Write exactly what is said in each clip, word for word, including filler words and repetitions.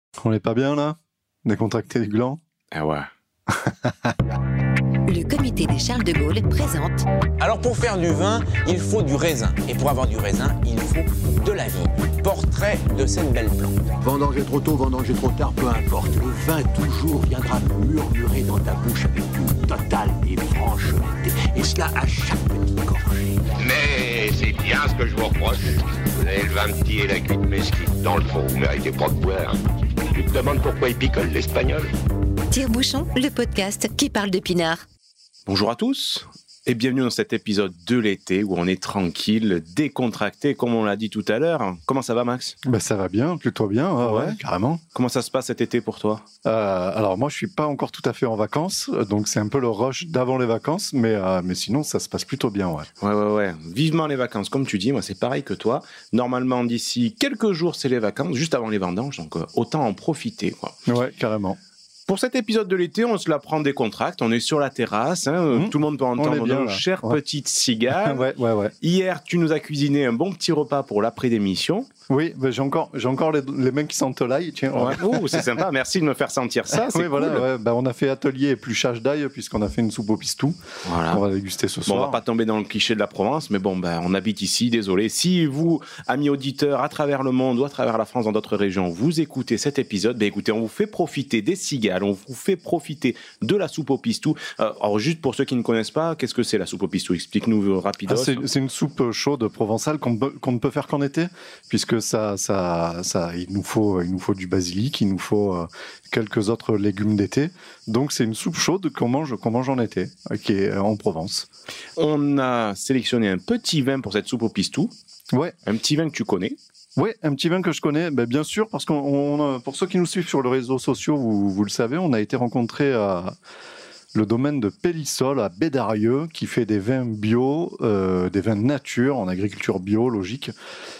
On n'est pas bien là ? Décontracter les glands ? Ah ouais. Le comité des Charles de Gaulle présente... Alors pour faire du vin, il faut du raisin. Et pour avoir du raisin, il faut de la vie. Portrait de cette belle plante. Vendanger trop tôt, vendanger trop tard, peu importe. Le vin toujours viendra murmurer dans ta bouche avec une totale et franche honnêteté. Et cela à chaque petite gorgée. Mais c'est bien ce que je vous reproche. Vous avez le vin petit et la cuite mesquite. Dans le fond, vous méritez pas de boire. Tu te demandes pourquoi il picole l'espagnol ? Tire-bouchon, le podcast qui parle de pinard. Bonjour à tous et bienvenue dans cet épisode de l'été où on est tranquille, décontracté comme on l'a dit tout à l'heure. Comment ça va Max ? Bah ça va bien, plutôt bien, ouais, ouais, carrément. Comment ça se passe cet été pour toi ? euh, Alors moi je suis pas encore tout à fait en vacances, donc c'est un peu le rush d'avant les vacances, mais, euh, mais sinon ça se passe plutôt bien, ouais. Ouais, ouais, ouais, vivement les vacances, comme tu dis, moi c'est pareil que toi. Normalement d'ici quelques jours c'est les vacances, juste avant les vendanges, donc euh, autant en profiter, quoi. Ouais, carrément. Pour cet épisode de l'été, on se la prend décontracte, on est sur la terrasse, hein, mmh. tout le monde peut entendre nos chères ouais. petites cigales. ouais, ouais, ouais. Hier, tu nous as cuisiné un bon petit repas pour l'après-d'émission. Oui, bah j'ai encore, j'ai encore les, les mains qui sentent l'ail. Tiens, ouais. Oh, c'est sympa, merci de me faire sentir ça. C'est oui, cool. voilà, ouais. Bah, on a fait atelier épluchage d'ail puisqu'on a fait une soupe au pistou. Voilà. On va déguster ce soir. Bon, on va pas tomber dans le cliché de la Provence, mais bon, bah, on habite ici, désolé. Si vous, amis auditeurs, à travers le monde ou à travers la France, dans d'autres régions, vous écoutez cet épisode, bah, écoutez, on vous fait profiter des cigales, on vous fait profiter de la soupe au pistou. Euh, alors, juste pour ceux qui ne connaissent pas, qu'est-ce que c'est la soupe au pistou ? Explique-nous rapidos. Ah, c'est, c'est une soupe chaude provençale qu'on, qu'on ne peut faire qu'en été, puisque ça, ça Ça, il nous faut, il nous faut du basilic, il nous faut euh, quelques autres légumes d'été. Donc c'est une soupe chaude qu'on mange, qu'on mange en été, euh, qui est en Provence. On a sélectionné un petit vin pour cette soupe au pistou. Ouais. Un petit vin que tu connais. Oui, un petit vin que je connais, ben, bien sûr, parce qu'on, on, pour ceux qui nous suivent sur les réseaux sociaux, vous, vous le savez, on a été rencontrés à le domaine de Pélissol à Bédarieux, qui fait des vins bio, euh, des vins de nature, en agriculture biologique.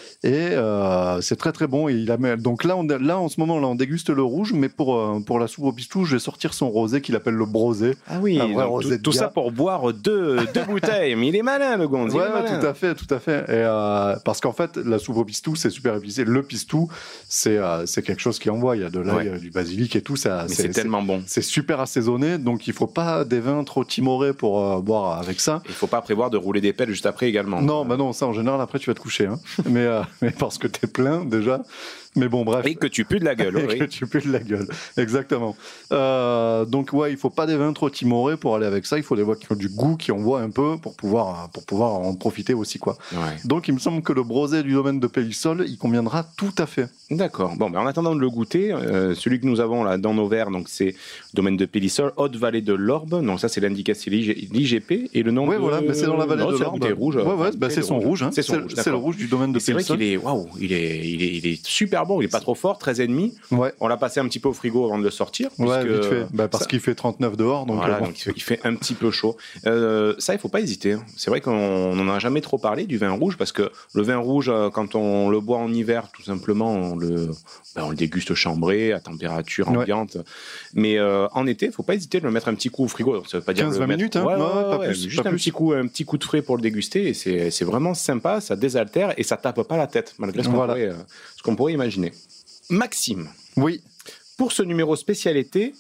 Et euh, c'est très très bon. Et il a, donc là, on, là, en ce moment, là, on déguste le rouge, mais pour, euh, pour la soupe au pistou, je vais sortir son rosé qu'il appelle le brosé. Ah oui, donc, tout, tout ça pour boire deux, deux bouteilles. Mais il est malin, le Gonzi. Ouais, ouais, tout à fait, tout à fait. Et, euh, parce qu'en fait, la soupe au pistou, c'est super épicé. Le pistou, c'est, euh, c'est quelque chose qui envoie. Il y a de l'ail, ouais. du basilic et tout. Ça, mais c'est, c'est tellement c'est, bon. C'est super assaisonné, donc il ne faut pas des vins trop timorés pour euh, boire avec ça. Il ne faut pas prévoir de rouler des pelles juste après également. Non, bah non, ça en général, après, tu vas te coucher. Hein. mais, euh, mais parce que t'es plein déjà, mais bon bref. Et que tu pues de la gueule. Et oui. que tu pues de la gueule, exactement. Euh, donc ouais, il faut pas des vins trop timorés pour aller avec ça, il faut des vins qui ont du goût, qui envoient un peu pour pouvoir, pour pouvoir en profiter aussi, quoi. Ouais. Donc il me semble que le brosé du domaine de Pélissol, il conviendra tout à fait. D'accord. Bon, ben en attendant de le goûter, euh, celui que nous avons là dans nos verres, donc c'est domaine de Pélissol, Haute-Vallée de l'Orbe. Donc ça c'est l'indication l'I G P et le nom. Oui, de... voilà, mais c'est dans la vallée non, de c'est l'Orbe. La rouge. Ouais, ouais, bah, c'est son rouge. Hein. C'est, son c'est, rouge, c'est le rouge du domaine de et Pélissol. C'est vrai qu'il est, waouh, il est, il est, il est super bon. Il est pas trop fort, treize virgule cinq. Ouais. On l'a passé un petit peu au frigo avant de le sortir. Ouais, vite fait. Bah, parce ça... qu'il fait trente-neuf dehors, donc. Voilà, euh, bon. donc il fait un petit peu chaud. Euh, ça, il faut pas hésiter. Hein. C'est vrai qu'on n'en a jamais trop parlé du vin rouge parce que le vin rouge, quand on le boit en hiver, tout simplement, on le, ben, on le déguste chambré à température ambiante. Ouais. Mais euh, en été, il faut pas hésiter de le mettre un petit coup au frigo. Donc, ça veut pas dire quinze vingt minutes, hein. Ouais, ouais, ouais, ouais, pas ouais, plus, juste pas un plus. petit coup, un petit coup de frais pour le déguster. Et c'est, c'est vraiment sympa, ça désaltère et ça tape pas la tête malgré ce qu'on, voilà. pourrait, euh, ce qu'on pourrait imaginer. Maxime. Oui. Pour ce numéro spécialité...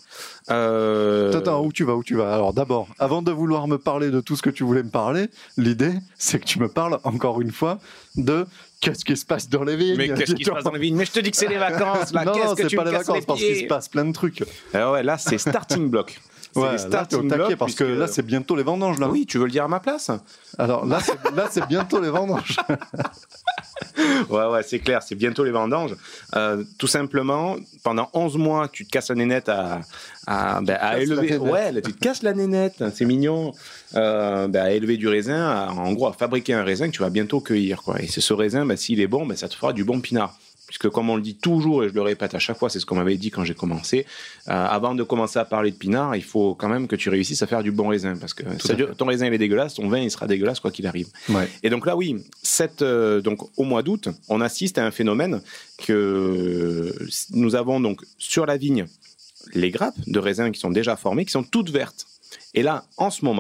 Euh... Attends, où tu vas, où tu vas ? Alors d'abord, avant de vouloir me parler de tout ce que tu voulais me parler, l'idée, c'est que tu me parles, encore une fois, de qu'est-ce qui se passe dans les vignes. Mais qu'est-ce qui se passe dans les vignes ? Mais je te dis que c'est les vacances, là. Non, qu'est-ce non, que c'est tu pas me les casses vacances, les parce qu'il se passe plein de trucs. Alors ouais, là, c'est starting block. C'est ouais, les starting là, t'es au taquet, blocks, parce puisque... que là, c'est bientôt les vendanges, là. Oui, tu veux le dire à ma place ? Alors là, c'est, là, c'est bientôt les vendanges. Ouais, ouais, c'est clair, c'est bientôt les vendanges. Euh, tout simplement, pendant onze mois, tu te casses la nénette à, à, ben, à élever. Ouais, là, tu te casses la nénette, c'est mignon. Euh, ben, à élever du raisin, à, en gros, à fabriquer un raisin que tu vas bientôt cueillir, quoi. Et c'est ce raisin, ben, s'il est bon, ben, ça te fera du bon pinard. Puisque comme on le dit toujours, et je le répète à chaque fois, c'est ce qu'on m'avait dit quand j'ai commencé, euh, avant de commencer à parler de pinard, il faut quand même que tu réussses à faire du bon raisin, parce que ça dure, ton raisin il est dégueulasse, ton vin il sera dégueulasse quoi qu'il arrive. Ouais. Et donc là oui, cette, euh, donc, au mois d'août, on assiste à un phénomène que nous avons donc sur la vigne les grappes de raisins qui sont déjà formées, qui sont toutes vertes. Et là, en ce moment,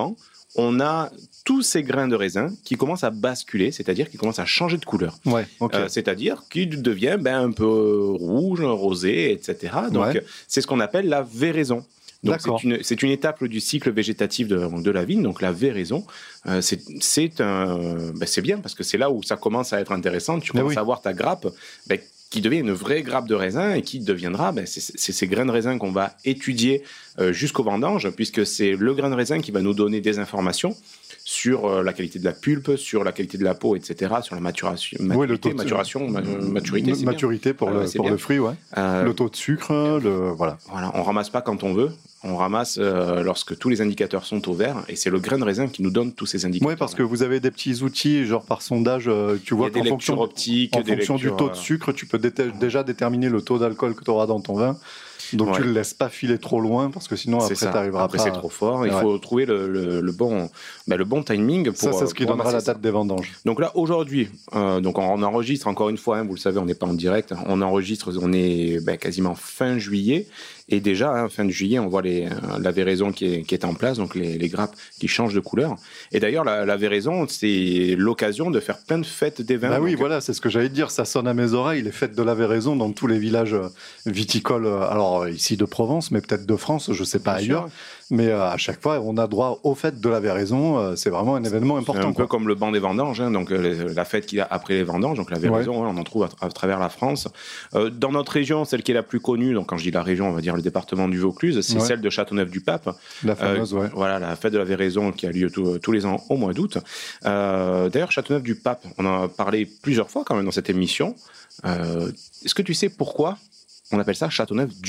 on a tous ces grains de raisin qui commencent à basculer, c'est-à-dire qui commencent à changer de couleur. Ouais, okay. euh, c'est-à-dire qu'ils deviennent ben, un peu rouge, rosé, et cetera. Donc, ouais. c'est ce qu'on appelle la véraison. Donc, c'est une, c'est une étape du cycle végétatif de, de la vigne, donc la véraison. Euh, c'est, c'est, un, ben, c'est bien parce que c'est là où ça commence à être intéressant. Tu commences oui. à voir ta grappe ben, qui devient une vraie grappe de raisin et qui deviendra, ben, c'est, c'est ces grains de raisin qu'on va étudier euh, jusqu'au vendange, puisque c'est le grain de raisin qui va nous donner des informations sur euh, la qualité de la pulpe, sur la qualité de la peau, et cetera, sur la maturation, maturité, oui, le taux de... maturation, ma... maturité, c'est maturité bien. pour, le, pour le fruit, ouais. Euh... Le taux de sucre, le voilà. Voilà, on ramasse pas quand on veut. On ramasse euh, lorsque tous les indicateurs sont au vert, et c'est le grain de raisin qui nous donne tous ces indicateurs. Oui, parce que vous avez des petits outils, genre par sondage, euh, tu vois qu'en fonction, optiques, en des fonction lectures, du taux de sucre, tu peux dé- déjà déterminer le taux d'alcool que tu auras dans ton vin. Donc ouais. tu ne le laisses pas filer trop loin, parce que sinon après tu n'arriveras pas. Après c'est trop fort, il ouais. faut trouver le, le, le, bon, bah, le bon timing pour. Ça, c'est ce qui donnera la date des vendanges. Donc là, aujourd'hui, euh, donc on enregistre encore une fois, hein, vous le savez, on n'est pas en direct, on enregistre, on est bah, quasiment fin juillet. Et déjà, hein, fin de juillet, on voit les, euh, la véraison qui est, qui est en place, donc les, les grappes qui changent de couleur. Et d'ailleurs, la, la véraison, c'est l'occasion de faire plein de fêtes des vins. Bah oui, donc... voilà, c'est ce que j'allais te dire. Ça sonne à mes oreilles, les fêtes de la véraison dans tous les villages viticoles. Alors ici de Provence, mais peut-être de France, je ne sais pas Bien ailleurs. Sûr. Mais euh, à chaque fois, on a droit aux fêtes de la véraison. Euh, c'est vraiment un événement important. C'est un quoi. peu comme le banc des vendanges, hein, donc euh, la fête qu'il y a après les vendanges. Donc la véraison, ouais. Ouais, on en trouve à, à travers la France. Euh, dans notre région, celle qui est la plus connue, donc quand je dis la région, on va dire le département du Vaucluse, c'est ouais. celle de Châteauneuf-du-Pape. La fameuse, euh, ouais. Voilà, la fête de la véraison qui a lieu tout, tous les ans au mois d'août. Euh, d'ailleurs, Châteauneuf-du-Pape, on en a parlé plusieurs fois quand même dans cette émission. Euh, est-ce que tu sais pourquoi on appelle ça Châteauneuf-du-Pape ?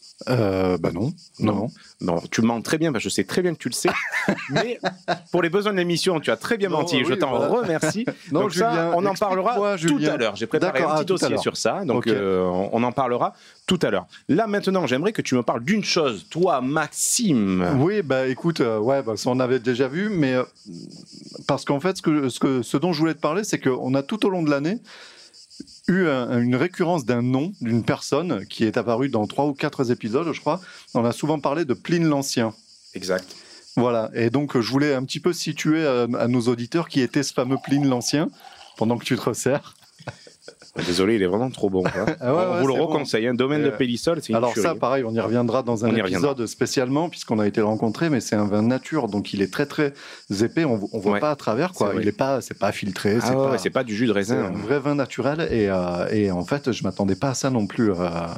Euh, bah non, non, non. Non, tu mens très bien, parce que je sais très bien que tu le sais. Mais pour les besoins de l'émission, tu as très bien non, menti. Oui, je t'en voilà. remercie. non, donc Julien, ça, on en parlera moi, tout à l'heure. J'ai préparé D'accord, un petit ah, dossier sur ça, donc okay. euh, on en parlera tout à l'heure. Là, maintenant, j'aimerais que tu me parles d'une chose, toi, Maxime. Oui, bah écoute, euh, ouais, bah, ça on avait déjà vu, mais euh, parce qu'en fait, ce, que, ce, que, ce dont je voulais te parler, c'est qu'on a tout au long de l'année eu un, une récurrence d'un nom d'une personne qui est apparue dans trois ou quatre épisodes, je crois. On a souvent parlé de Pline l'Ancien. Exact. Voilà, et donc je voulais un petit peu situer à, à nos auditeurs qui était ce fameux Pline l'Ancien, pendant que tu te resserres. Désolé, il est vraiment trop bon. Hein. Ah ouais, on ouais, vous le reconseille. Bon. Un domaine euh, de Pélissol, c'est une Alors tuerie. Ça, pareil, on y reviendra dans un épisode spécialement, puisqu'on a été rencontré, mais c'est un vin nature, donc il est très très épais. On ne voit ouais. pas à travers, quoi. C'est il est pas, c'est pas filtré. Ah c'est, ouais, pas, c'est pas du jus de raisin. C'est un vrai vin naturel, et, euh, et en fait, je m'attendais pas à ça non plus. Euh,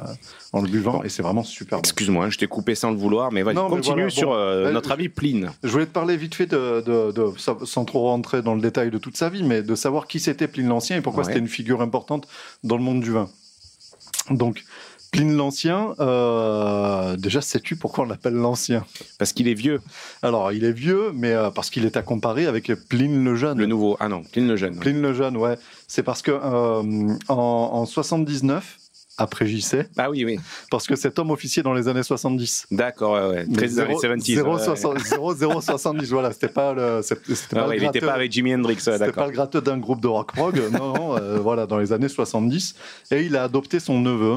en le buvant, bon. Et c'est vraiment super bon. Excuse-moi, je t'ai coupé sans le vouloir, mais vas-y, non, continue mais voilà, sur bon, euh, bah, notre je, avis Pline. Je voulais te parler vite fait, de, de, de, de, sans trop rentrer dans le détail de toute sa vie, mais de savoir qui c'était Pline l'Ancien et pourquoi ouais. c'était une figure importante dans le monde du vin. Donc, Pline l'Ancien, euh, déjà, sais-tu pourquoi on l'appelle l'Ancien ? Parce qu'il est vieux. Alors, il est vieux, mais euh, parce qu'il est à comparer avec Pline le Jeune. Le nouveau, ah non, Pline le Jeune. Pline ouais. le Jeune, ouais. C'est parce que euh, en, en soixante-dix-neuf, après J C. Ah oui, oui. Parce que cet homme officiait dans les années soixante-dix. D'accord, ouais, ouais. Très années soixante-dix. zéro zéro soixante-dix, voilà, c'était pas le. C'était ah pas ouais, le il n'était pas avec Jimi Hendrix, ouais, c'était d'accord. C'était pas le gratteux d'un groupe de rock prog, non, non, euh, voilà, dans les années soixante-dix. Et il a adopté son neveu,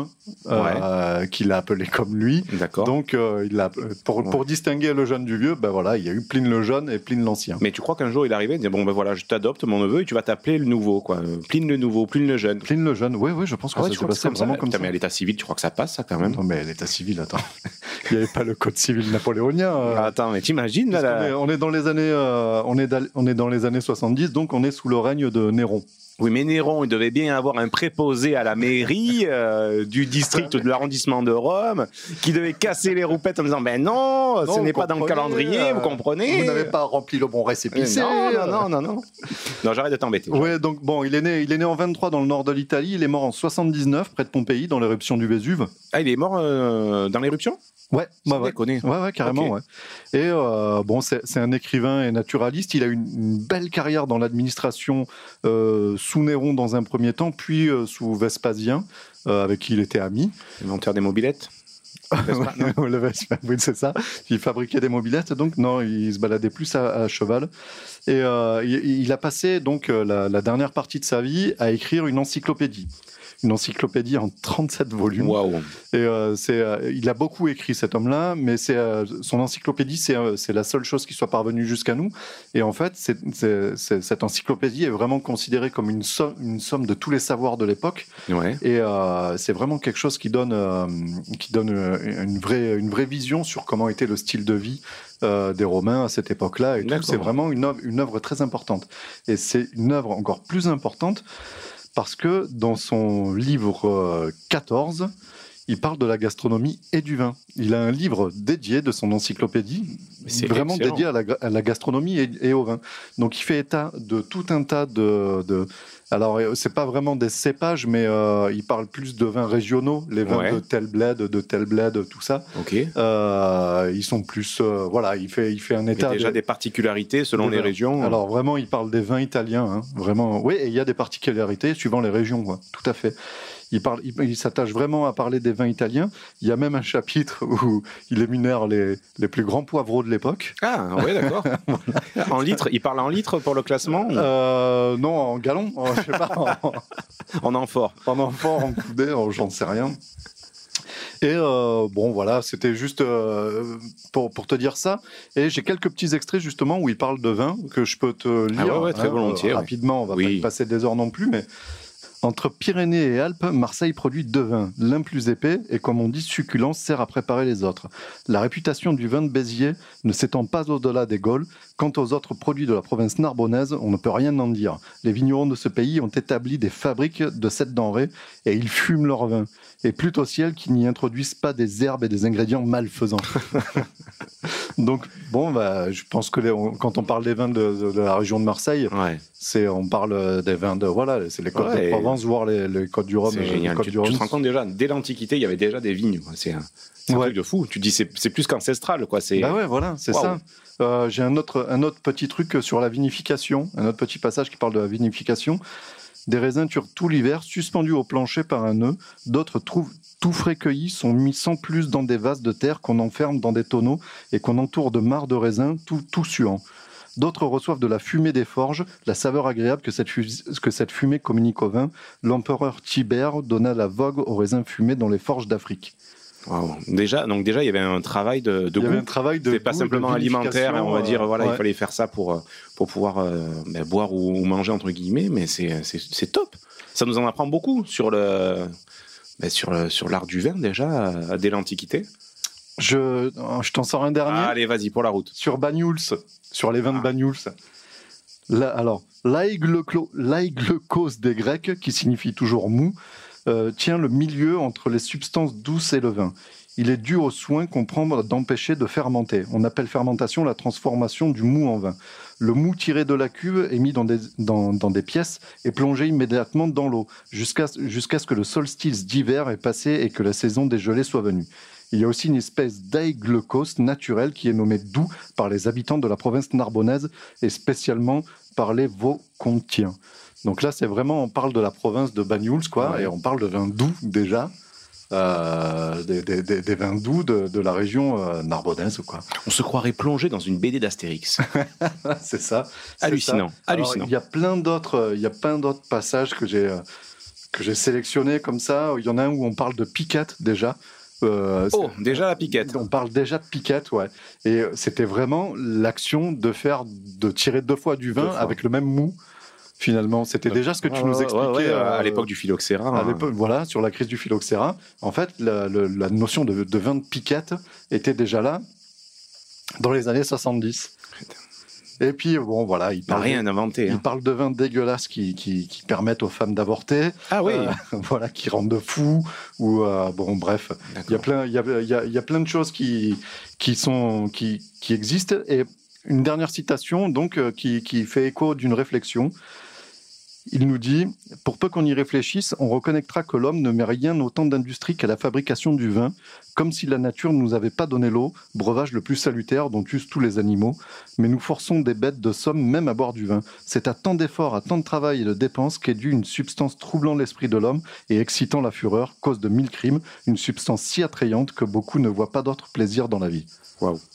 euh, ouais. qu'il a appelé comme lui. D'accord. Donc, euh, il a, pour, ouais. pour distinguer le jeune du vieux, ben voilà, il y a eu Pline le Jeune et Pline l'Ancien. Mais tu crois qu'un jour il est arrivé et dit bon, ben voilà, je t'adopte mon neveu et tu vas t'appeler le nouveau, quoi. Pline le nouveau, Pline le Jeune. Pline le Jeune, oui, oui, je pense que ah ouais, ça s'est passé vraiment comme ça. Mais à l'état civil, tu crois que ça passe, ça, quand même ? Non, mais l'état civil, attends. Il n'y avait pas le code civil napoléonien. Euh... Attends, mais t'imagines, là, là... On, est, on est dans les années, euh, on est, on est dans les années soixante-dix, donc on est sous le règne de Néron. Oui, mais Néron, il devait bien avoir un préposé à la mairie euh, du district de l'arrondissement de Rome qui devait casser les roupettes en disant ben non, non ce n'est pas dans le calendrier, euh, vous comprenez. Vous n'avez pas rempli le bon récépissé. Non, non, non, non, non. Non, j'arrête de t'embêter. Ouais, donc bon, il est né, il est né en vingt-trois dans le nord de l'Italie. Il est mort en soixante-dix-neuf près de Pompéi dans l'éruption du Vésuve. Ah, il est mort euh, dans l'éruption ? Ouais, bah ouais. ouais, ouais, carrément. Okay. Ouais. Et euh, bon, c'est, c'est un écrivain et naturaliste. Il a eu une, une belle carrière dans l'administration euh, sous Néron dans un premier temps, puis euh, sous Vespasien, euh, avec qui il était ami. Inventeur des mobylettes. Vespa, le Vespa, oui, c'est ça. Il fabriquait des mobylettes, donc non, il se baladait plus à, à cheval. Et euh, il, il a passé donc la, la dernière partie de sa vie à écrire une encyclopédie. une encyclopédie en trente-sept volumes. Waouh. Et euh, c'est, euh, il a beaucoup écrit, cet homme-là, mais c'est, euh, son encyclopédie, c'est, euh, c'est la seule chose qui soit parvenue jusqu'à nous. Et en fait, c'est, c'est, c'est, cette encyclopédie est vraiment considérée comme une somme, une somme de tous les savoirs de l'époque. Ouais. Et euh, c'est vraiment quelque chose qui donne, euh, qui donne une, vraie, une vraie vision sur comment était le style de vie euh, des Romains à cette époque-là. Et tout. C'est vraiment une œuvre, une œuvre très importante. Et c'est une œuvre encore plus importante parce que dans son livre euh, quatorze, il parle de la gastronomie et du vin. Il a un livre dédié de son encyclopédie, c'est vraiment excellent. dédié à la, à la gastronomie et, et au vin. Donc il fait état de tout un tas de... de alors, c'est pas vraiment des cépages, mais euh, il parle plus de vins régionaux, les vins ouais. de tel bled, de tel bled, tout ça. Ok. Euh, ils sont plus... Euh, voilà, il fait, il fait un état... Il y a déjà de, des particularités selon des les vins. régions. Alors, vraiment, il parle des vins italiens. Hein, vraiment. Oui, et il y a des particularités suivant les régions, quoi, tout à fait. Il, parle, il, il s'attache vraiment à parler des vins italiens. Il y a même un chapitre où il énumère les, les plus grands poivreaux de l'époque. Ah, oui, d'accord. Voilà. En litres, il parle en litres pour le classement euh, Non, en gallons, je sais pas. En, en amphore. En amphore, en coudée, j'en sais rien. Et euh, bon, voilà, c'était juste euh, pour, pour te dire ça. Et j'ai quelques petits extraits, justement, où il parle de vin, que je peux te lire. Ah ouais, ouais, très hein, volontiers. Euh, rapidement, on va oui. pas y passer des heures non plus, mais... Entre Pyrénées et Alpes, Marseille produit deux vins. L'un plus épais et, comme on dit, succulent, sert à préparer les autres. La réputation du vin de Béziers ne s'étend pas au-delà des Gaules. Quant aux autres produits de la province narbonnaise, on ne peut rien en dire. Les vignerons de ce pays ont établi des fabriques de cette denrée et ils fument leur vin. Et plutôt au ciel qu'ils n'y introduisent pas des herbes et des ingrédients malfaisants. Donc, bon, bah, je pense que les, on, quand on parle des vins de, de, de la région de Marseille, ouais. c'est, on parle des vins de... Voilà, c'est les côtes ouais, de Provence, voire les, les côtes du Rhum. C'est génial. Tu, tu te rends compte déjà, dès l'Antiquité, il y avait déjà des vignes. Quoi. C'est un, c'est un ouais. truc de fou. Tu te dis, c'est, c'est plus qu'ancestral. Quoi. C'est... Bah ouais, voilà, c'est wow. ça. Euh, j'ai un autre, un autre petit truc sur la vinification, un autre petit passage qui parle de la vinification. Des raisins turent tout l'hiver, suspendus au plancher par un nœud. D'autres trouvent tout frais cueillis, sont mis sans plus dans des vases de terre qu'on enferme dans des tonneaux et qu'on entoure de marcs de raisins, tout, tout suant. D'autres reçoivent de la fumée des forges, la saveur agréable que cette, fu- que cette fumée communique au vin. L'empereur Tibère donna la vogue aux raisins fumés dans les forges d'Afrique. Wow. Déjà, donc déjà, il y avait un travail de, de il y goût. avait un travail de C'était goût, pas simplement alimentaire, on va dire, voilà, ouais. il fallait faire ça pour, pour pouvoir euh, ben, boire ou, ou manger, entre guillemets, mais c'est, c'est, c'est top. Ça nous en apprend beaucoup sur, le, ben, sur, le, sur l'art du vin, déjà, dès l'Antiquité. Je, je t'en sors un dernier. Ah, allez, vas-y, pour la route. Sur Banyuls, sur les vins ah. de Banyuls. Là, alors, l'aiglecos des Grecs, qui signifie toujours mou, euh, tient le milieu entre les substances douces et le vin. Il est dû au soin qu'on prend d'empêcher de fermenter. On appelle fermentation la transformation du mou en vin. Le mou tiré de la cuve est mis dans des, dans, dans des pièces et plongé immédiatement dans l'eau, jusqu'à, jusqu'à ce que le solstice d'hiver ait passé et que la saison des gelées soit venue. Il y a aussi une espèce d'aiglecos naturel qui est nommé doux par les habitants de la province narbonnaise et spécialement par les Vaucontiens. Donc là, c'est vraiment, on parle de la province de Banyuls, quoi, ouais. Et on parle de vins doux déjà. Euh, des, des, des, des vins doux de, de la région euh, narbonnaise, quoi. On se croirait plongé dans une B D d'Astérix. C'est ça. C'est hallucinant. Ça. hallucinant. Il y a plein d'autres, il y a plein d'autres passages que j'ai euh, que j'ai sélectionnés comme ça. Il y en a un où on parle de piquette déjà. Euh, oh, déjà la piquette. On parle déjà de piquette, ouais. Et c'était vraiment l'action de faire, de tirer deux fois du vin fois. Avec le même mou. Finalement, c'était déjà ce que tu ouais, nous expliquais ouais, ouais, euh, à l'époque du phylloxéra. À l'époque, hein. Voilà, sur la crise du phylloxéra. En fait, la, la, la notion de, de vin de piquette était déjà là dans les années soixante-dix. Et puis, bon, voilà, il parle, rien inventé. Hein. Il parle de vins dégueulasses qui, qui, qui permettent aux femmes d'avorter. Ah oui. Euh, voilà, qui rendent de fous. Ou, euh, bon, bref, il y a plein, il y a, il y a, il y a plein de choses qui, qui, sont, qui, qui existent. Et une dernière citation, donc, euh, qui, qui fait écho d'une réflexion. Il nous dit « Pour peu qu'on y réfléchisse, on reconnaîtra que l'homme ne met rien autant d'industrie qu'à la fabrication du vin, comme si la nature ne nous avait pas donné l'eau, breuvage le plus salutaire dont usent tous les animaux, mais nous forçons des bêtes de somme même à boire du vin. C'est à tant d'efforts, à tant de travail et de dépenses qu'est due une substance troublant l'esprit de l'homme et excitant la fureur, cause de mille crimes, une substance si attrayante que beaucoup ne voient pas d'autre plaisir dans la vie. » Waouh.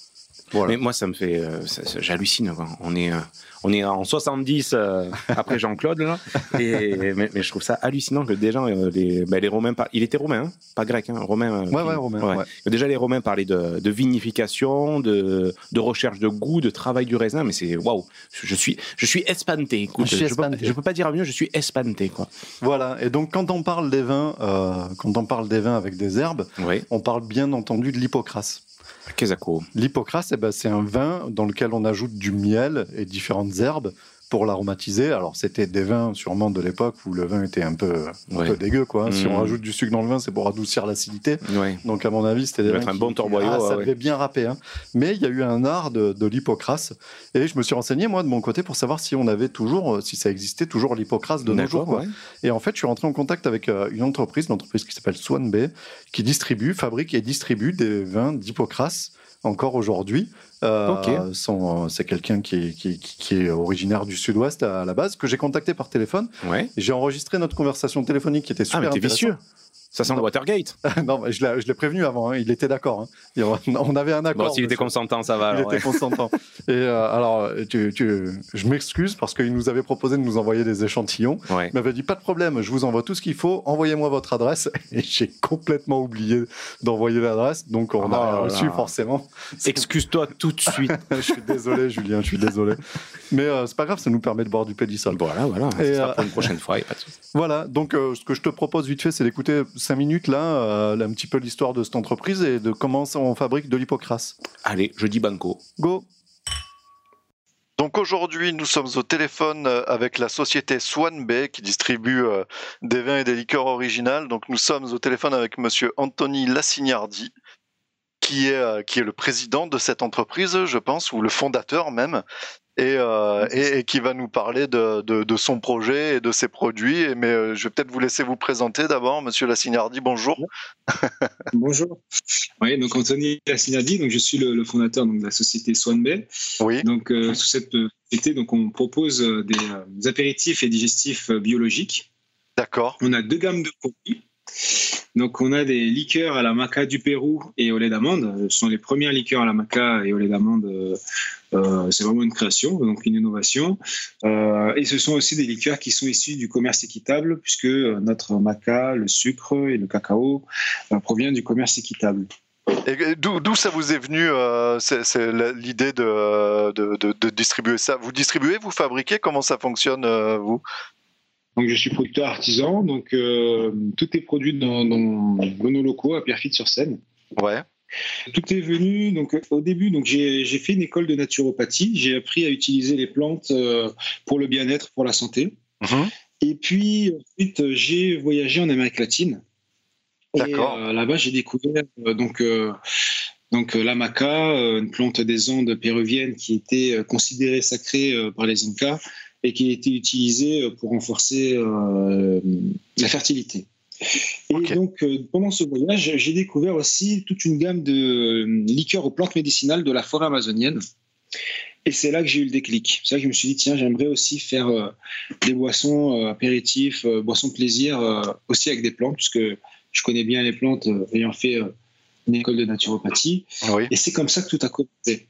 Voilà. Mais moi, ça me fait, euh, ça, ça, j'hallucine. Quoi. On est, euh, on est en soixante-dix euh, après Jean-Claude là, et mais, mais je trouve ça hallucinant que déjà euh, les, ben, les Romains, par... il était romain, hein, pas grec, hein, romain. Ouais, ouais, romain. Ouais. Ouais. Déjà les Romains parlaient de, de vinification, de, de recherche de goût, de travail du raisin, mais c'est waouh. Je suis, je suis espanté. Écoute, je, je, espanté. Peux, je peux pas dire mieux. Je suis espanté, quoi. Voilà. Et donc quand on parle des vins, euh, quand on parle des vins avec des herbes, oui. on parle bien entendu de l'hypocrase. Qu'est-ce que L'hypocrase, eh ben, c'est un vin dans lequel on ajoute du miel et différentes herbes pour l'aromatiser. Alors, c'était des vins sûrement de l'époque où le vin était un peu, un ouais. peu dégueu, quoi. Mmh. Si on rajoute du sucre dans le vin, c'est pour adoucir l'acidité. Ouais. Donc, à mon avis, c'était des vins un qui, bon torboyau. Ah, ça ouais. devait bien râper. Hein. Mais il y a eu un art de, de l'hypocrase. Et je me suis renseigné, moi, de mon côté, pour savoir si on avait toujours, si ça existait toujours l'hypocrase de nos jours. Quoi. Ouais. Et en fait, je suis rentré en contact avec une entreprise, une entreprise qui s'appelle Swan Bay, qui distribue, fabrique et distribue des vins d'hypocrase encore aujourd'hui. Euh, okay. son, c'est quelqu'un qui est, qui, qui est originaire du sud-ouest à la base, que j'ai contacté par téléphone. Ouais. Et j'ai enregistré notre conversation téléphonique qui était super ah, mais t'es intéressante. vicieux. Ça sent le Watergate. Non, je l'ai, je l'ai prévenu avant, hein. Il était d'accord. Hein. On avait un accord. Bon, s'il était consentant, ça va. Il alors, était ouais. consentant. Et euh, alors, tu, tu, je m'excuse parce qu'il nous avait proposé de nous envoyer des échantillons. Ouais. Il m'avait dit, pas de problème, je vous envoie tout ce qu'il faut, envoyez-moi votre adresse. Et j'ai complètement oublié d'envoyer l'adresse, donc on oh a là reçu là. forcément. Excuse-toi tout de suite. Je suis désolé, Julien, je suis désolé. Mais euh, c'est pas grave, ça nous permet de boire du pédissol. Voilà, voilà. Et ça sera euh... pour une prochaine fois, il n'y a pas de souci. Voilà, donc euh, ce que je te propose vite fait, c'est d'écouter cinq minutes là, euh, un petit peu l'histoire de cette entreprise et de comment on fabrique de l'hypocrase. Allez, je dis banco. Go. Donc aujourd'hui, nous sommes au téléphone avec la société Swan Bay qui distribue euh, des vins et des liqueurs originales. Donc nous sommes au téléphone avec monsieur Anthony Lassignardi, qui est, euh, qui est le président de cette entreprise, je pense, ou le fondateur même. Et, euh, et, et qui va nous parler de, de, de son projet et de ses produits. Mais euh, je vais peut-être vous laisser vous présenter d'abord, monsieur Lassignardi, bonjour. Bonjour. Oui, donc Anthony Lassignardi, donc je suis le, le fondateur donc, de la société Swan Bay. Oui. Donc euh, sous cette société, donc on propose des, euh, des apéritifs et digestifs biologiques. D'accord. On a deux gammes de produits. Donc on a des liqueurs à la maca du Pérou et au lait d'amande. Ce sont les premières liqueurs à la maca et au lait d'amande. Euh, euh, c'est vraiment une création, donc une innovation. Euh, et ce sont aussi des liqueurs qui sont issues du commerce équitable, puisque notre maca, le sucre et le cacao euh, proviennent du commerce équitable. Et d'où, d'où ça vous est venu euh, c'est, c'est l'idée de, de, de, de distribuer ça? Vous distribuez, vous fabriquez? Comment ça fonctionne, euh, vous? Donc, je suis producteur artisan, donc euh, tout est produit dans, dans, dans nos locaux à Pierrefitte-sur-Seine. Ouais. Tout est venu, donc au début, donc j'ai, j'ai fait une école de naturopathie. J'ai appris à utiliser les plantes euh, pour le bien-être, pour la santé. Mmh. Et puis ensuite, j'ai voyagé en Amérique latine. D'accord. Et euh, là-bas, j'ai découvert euh, donc euh, donc la maca, euh, une plante des Andes péruviennes qui était euh, considérée sacrée euh, par les Incas et qui a été utilisée pour renforcer euh, la fertilité. Et okay. donc, euh, pendant ce voyage, j'ai découvert aussi toute une gamme de liqueurs aux plantes médicinales de la forêt amazonienne. Et c'est là que j'ai eu le déclic. C'est là que je me suis dit, tiens, j'aimerais aussi faire euh, des boissons euh, apéritifs, euh, boissons plaisir, euh, aussi avec des plantes, puisque je connais bien les plantes, euh, ayant fait euh, une école de naturopathie. Oui. Et c'est comme ça que tout a commencé.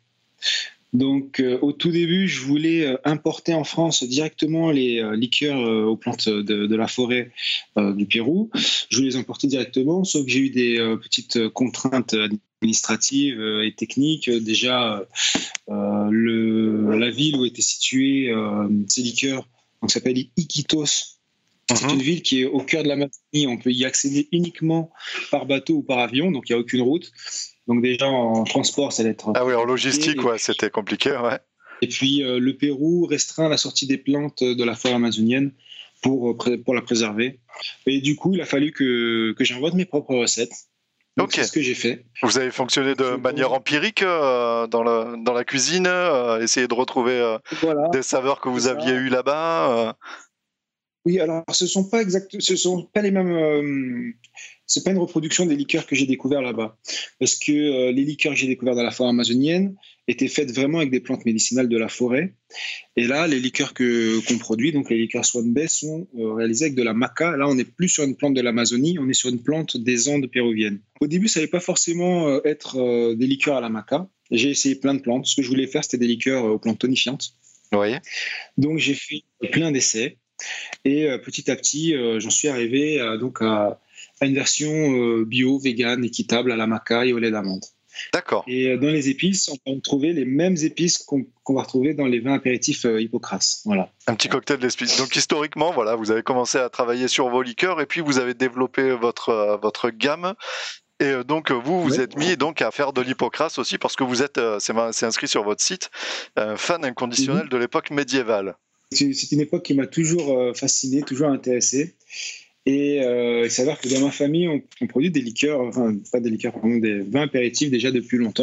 Donc, euh, au tout début, je voulais euh, importer en France directement les euh, liqueurs euh, aux plantes de, de la forêt euh, du Pérou. Je voulais les importer directement, sauf que j'ai eu des euh, petites contraintes administratives euh, et techniques. Déjà, euh, le, la ville où étaient situées euh, ces liqueurs, donc, s'appelle Iquitos. Mm-hmm. C'est une ville qui est au cœur de l'Amazonie. On peut y accéder uniquement par bateau ou par avion, donc il n'y a aucune route. Donc déjà en transport, ça allait être... Ah oui, en logistique, ouais, c'était compliqué, ouais. Et puis euh, le Pérou restreint la sortie des plantes de la forêt amazonienne pour, pour la préserver. Et du coup, il a fallu que, que j'invente mes propres recettes. Donc, okay. C'est ce que j'ai fait. Vous avez fonctionné de Je manière pense... empirique euh, dans, le, dans la cuisine, euh, essayer de retrouver euh, voilà. des saveurs que vous aviez eues là-bas euh... Oui, alors ce sont pas exact, ce sont pas les mêmes. Euh, c'est pas une reproduction des liqueurs que j'ai découvert là-bas, parce que euh, les liqueurs que j'ai découvertes dans la forêt amazonienne étaient faites vraiment avec des plantes médicinales de la forêt. Et là, les liqueurs que qu'on produit, donc les liqueurs Swan Bay, sont euh, réalisées avec de la maca. Là, on n'est plus sur une plante de l'Amazonie, on est sur une plante des Andes péruviennes. Au début, ça n'allait pas forcément euh, être euh, des liqueurs à la maca. J'ai essayé plein de plantes. Ce que je voulais faire, c'était des liqueurs euh, aux plantes tonifiantes. Oui. Donc, j'ai fait plein d'essais. Et euh, petit à petit, euh, j'en suis arrivé à, donc à, à une version euh, bio, vegan, équitable à la maca et au lait d'amande. D'accord. Et euh, dans les épices, on peut trouver les mêmes épices qu'on, qu'on va retrouver dans les vins apéritifs euh, Hippocrate. Voilà. Un petit cocktail d'épices. Donc historiquement, voilà, vous avez commencé à travailler sur vos liqueurs et puis vous avez développé votre, euh, votre gamme. Et donc vous vous ouais. êtes mis donc à faire de l'Hippocrate aussi parce que vous êtes, euh, c'est, c'est inscrit sur votre site, un fan inconditionnel mmh. de l'époque médiévale. C'est une époque qui m'a toujours fasciné, toujours intéressé. Et euh, il s'avère que dans ma famille, on, on produit des liqueurs, enfin pas des liqueurs, pardon, des vins apéritifs déjà depuis longtemps.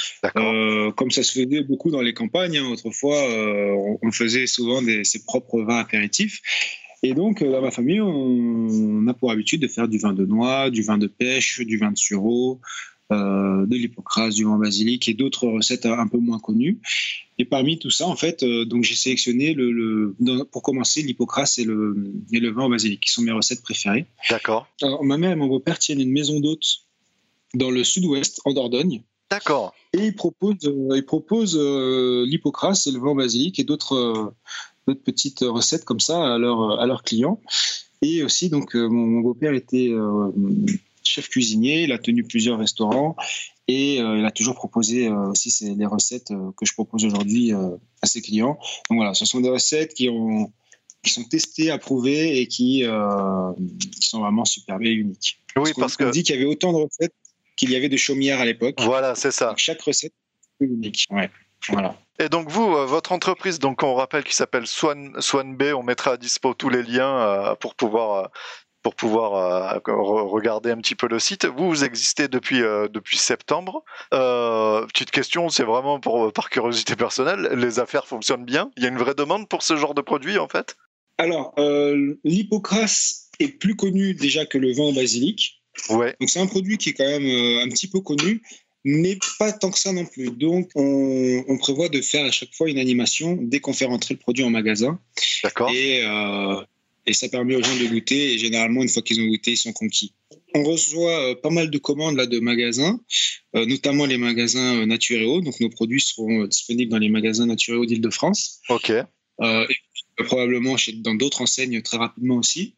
Euh, comme ça se faisait beaucoup dans les campagnes, hein, autrefois, euh, on, on faisait souvent des, ses propres vins apéritifs. Et donc, dans ma famille, on, on a pour habitude de faire du vin de noix, du vin de pêche, du vin de sureau, euh, de l'Hippocrate, du vin basilic et d'autres recettes un peu moins connues. Et parmi tout ça, en fait, euh, donc j'ai sélectionné le, le, pour commencer l'Hippocrate et le, et le vin au basilic, qui sont mes recettes préférées. D'accord. Alors, ma mère et mon beau-père tiennent une maison d'hôtes dans le sud-ouest, en Dordogne. D'accord. Et ils proposent, euh, ils proposent euh, l'Hippocrate et le vin au basilic et d'autres, euh, d'autres petites recettes comme ça à, leur, à leurs clients. Et aussi, donc, euh, mon, mon beau-père était euh, chef cuisinier, il a tenu plusieurs restaurants. Et euh, il a toujours proposé euh, aussi c'est les recettes euh, que je propose aujourd'hui euh, à ses clients. Donc voilà, ce sont des recettes qui, ont, qui sont testées, approuvées et qui, euh, qui sont vraiment superbes et uniques. Oui, parce, parce qu'on que... dit qu'il y avait autant de recettes qu'il y avait de chaumières à l'époque. Voilà, c'est ça. Donc chaque recette est unique. Ouais, voilà. Et donc vous, euh, votre entreprise, donc on rappelle qu'il s'appelle Swan, Swan Bay, on mettra à dispo tous les liens euh, pour pouvoir... Euh, pour pouvoir euh, regarder un petit peu le site. Vous, vous existez depuis, euh, depuis septembre. Euh, petite question, c'est vraiment pour, par curiosité personnelle, les affaires fonctionnent bien? Il y a une vraie demande pour ce genre de produit, en fait? Alors, euh, l'Hippocrate est plus connu déjà que le vin au basilic. Ouais. Donc, c'est un produit qui est quand même euh, un petit peu connu, mais pas tant que ça non plus. Donc, on, on prévoit de faire à chaque fois une animation dès qu'on fait rentrer le produit en magasin. D'accord. Et... Euh, Et ça permet aux gens de goûter. Et généralement, une fois qu'ils ont goûté, ils sont conquis. On reçoit euh, pas mal de commandes là, de magasins, euh, notamment les magasins euh, Naturéo. Donc, nos produits seront euh, disponibles dans les magasins Naturéo d'Île-de-France. OK. Euh, et euh, probablement chez, dans d'autres enseignes très rapidement aussi.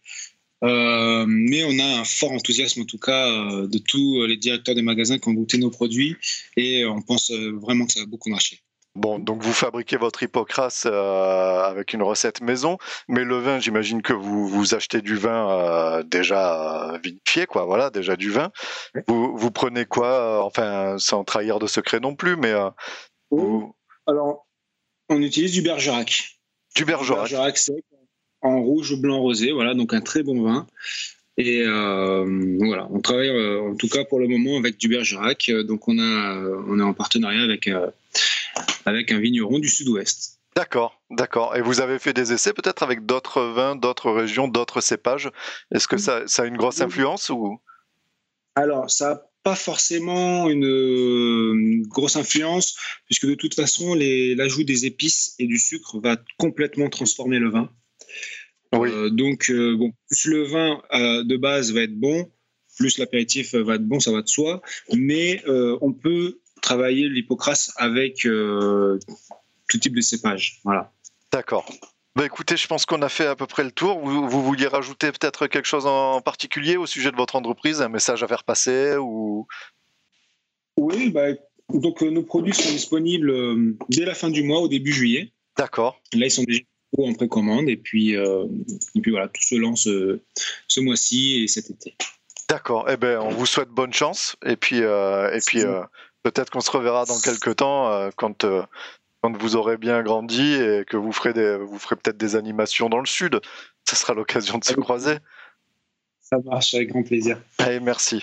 Euh, mais on a un fort enthousiasme, en tout cas, euh, de tous les directeurs des magasins qui ont goûté nos produits. Et on pense euh, vraiment que ça va beaucoup marcher. Bon, donc vous fabriquez votre Hippocrate euh, avec une recette maison, mais le vin, j'imagine que vous, vous achetez du vin euh, déjà euh, vinifié, quoi, voilà, déjà du vin. Oui. Vous, vous prenez quoi, euh, enfin, sans trahir de secret non plus, mais... Euh, oui. vous... Alors, on utilise du Bergerac. Du Bergerac. Du Bergerac sec, en rouge, blanc, rosé, voilà, donc un très bon vin. Et euh, voilà, on travaille euh, en tout cas pour le moment avec du Bergerac, donc on, a, on est en partenariat avec... Euh, avec un vigneron du sud-ouest. D'accord, d'accord. Et vous avez fait des essais peut-être avec d'autres vins, d'autres régions, d'autres cépages. Est-ce que ça, ça a une grosse influence ou... Alors, ça n'a pas forcément une, une grosse influence, puisque de toute façon, les, l'ajout des épices et du sucre va complètement transformer le vin. Oui. Euh, donc, euh, bon, plus le vin euh, de base va être bon, plus l'apéritif va être bon, ça va de soi. Mais euh, on peut travailler l'Hippocrate avec euh, tout type de cépage. Voilà. D'accord. Bah écoutez, je pense qu'on a fait à peu près le tour. Vous, vous vouliez rajouter peut-être quelque chose en particulier au sujet de votre entreprise, un message à faire passer ou... Oui, bah, donc euh, nos produits sont disponibles euh, dès la fin du mois, au début juillet. D'accord. Là, ils sont déjà en précommande et puis, euh, et puis voilà, tout se lance euh, ce mois-ci et cet été. D'accord. Eh ben, on vous souhaite bonne chance et puis, euh, et puis euh, peut-être qu'on se reverra dans quelques temps euh, quand, euh, quand vous aurez bien grandi et que vous ferez, des, vous ferez peut-être des animations dans le sud. Ça sera l'occasion de se croiser. Ça marche, avec grand plaisir. Allez, merci.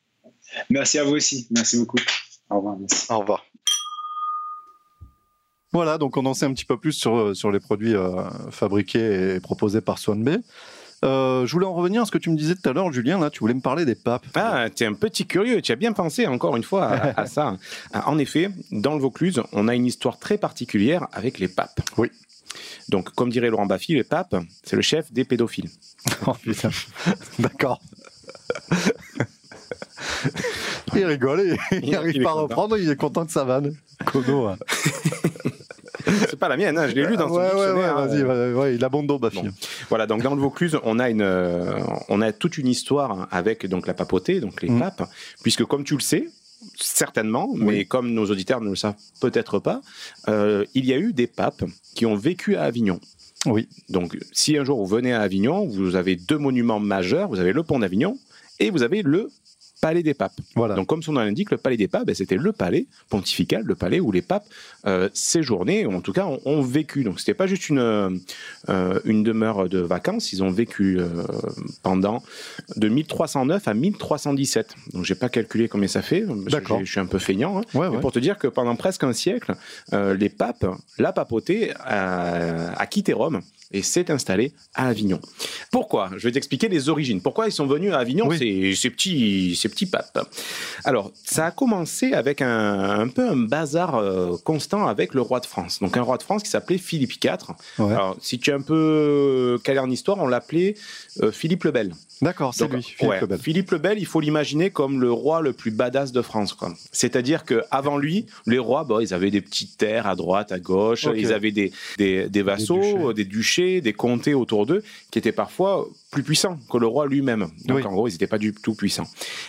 Merci à vous aussi. Merci beaucoup. Au revoir. Merci. Au revoir. Voilà, donc on en sait un petit peu plus sur, sur les produits euh, fabriqués et proposés par Swanbay. Euh, je voulais en revenir à ce que tu me disais tout à l'heure, Julien. Là, tu voulais me parler des papes. Ah, tu es un petit curieux. Tu as bien pensé, encore une fois, à, à ça. En effet, dans le Vaucluse, on a une histoire très particulière avec les papes. Oui. Donc, comme dirait Laurent Baffy, les papes, c'est le chef des pédophiles. Oh putain. D'accord. Il rigole, il n'arrive pas à reprendre, il est content de sa vanne. Kono. Hein. C'est pas la mienne, hein, je l'ai lu dans son ouais, dictionnaire. Ouais, ouais, vas-y, ouais, il a bon dos, Baffy. Bon. Voilà, donc dans le Vaucluse, on a une, euh, on a toute une histoire avec donc la papauté, donc les mmh. papes, puisque comme tu le sais, certainement, oui. mais comme nos auditeurs ne le savent peut-être pas, euh, il y a eu des papes qui ont vécu à Avignon. Oui. Donc, si un jour vous venez à Avignon, vous avez deux monuments majeurs, vous avez le pont d'Avignon et vous avez le Palais des Papes. Voilà. Donc, comme son nom l'indique, le Palais des Papes, ben, c'était le palais pontifical, le palais où les papes euh, séjournaient, ou en tout cas ont, ont vécu. Donc, c'était pas juste une, euh, une demeure de vacances, ils ont vécu euh, pendant de mille trois cent neuf à mille trois cent dix-sept. Donc, j'ai pas calculé combien ça fait, parce que je suis un peu feignant. Hein. Ouais, ouais. Pour te dire que pendant presque un siècle, euh, les papes, la papauté a, a quitté Rome et s'est installé à Avignon. Pourquoi ? Je vais t'expliquer les origines. Pourquoi ils sont venus à Avignon, oui. ces, ces, petits, ces petits papes ? Alors, ça a commencé avec un, un peu un bazar euh, constant avec le roi de France. Donc, un roi de France qui s'appelait Philippe quatre. Ouais. Alors, si tu es un peu calé en histoire, on l'appelait euh, Philippe le Bel. D'accord, c'est Donc, lui, Philippe ouais, le Bel. Philippe le Bel, il faut l'imaginer comme le roi le plus badass de France, quoi. C'est-à-dire qu'avant lui, les rois, bon, ils avaient des petites terres à droite, à gauche, okay. ils avaient des, des, des vassaux, des duchés. des duchés, des comtés autour d'eux, qui étaient parfois plus puissants que le roi lui-même. Donc, oui. en gros, ils n'étaient pas du tout puissants.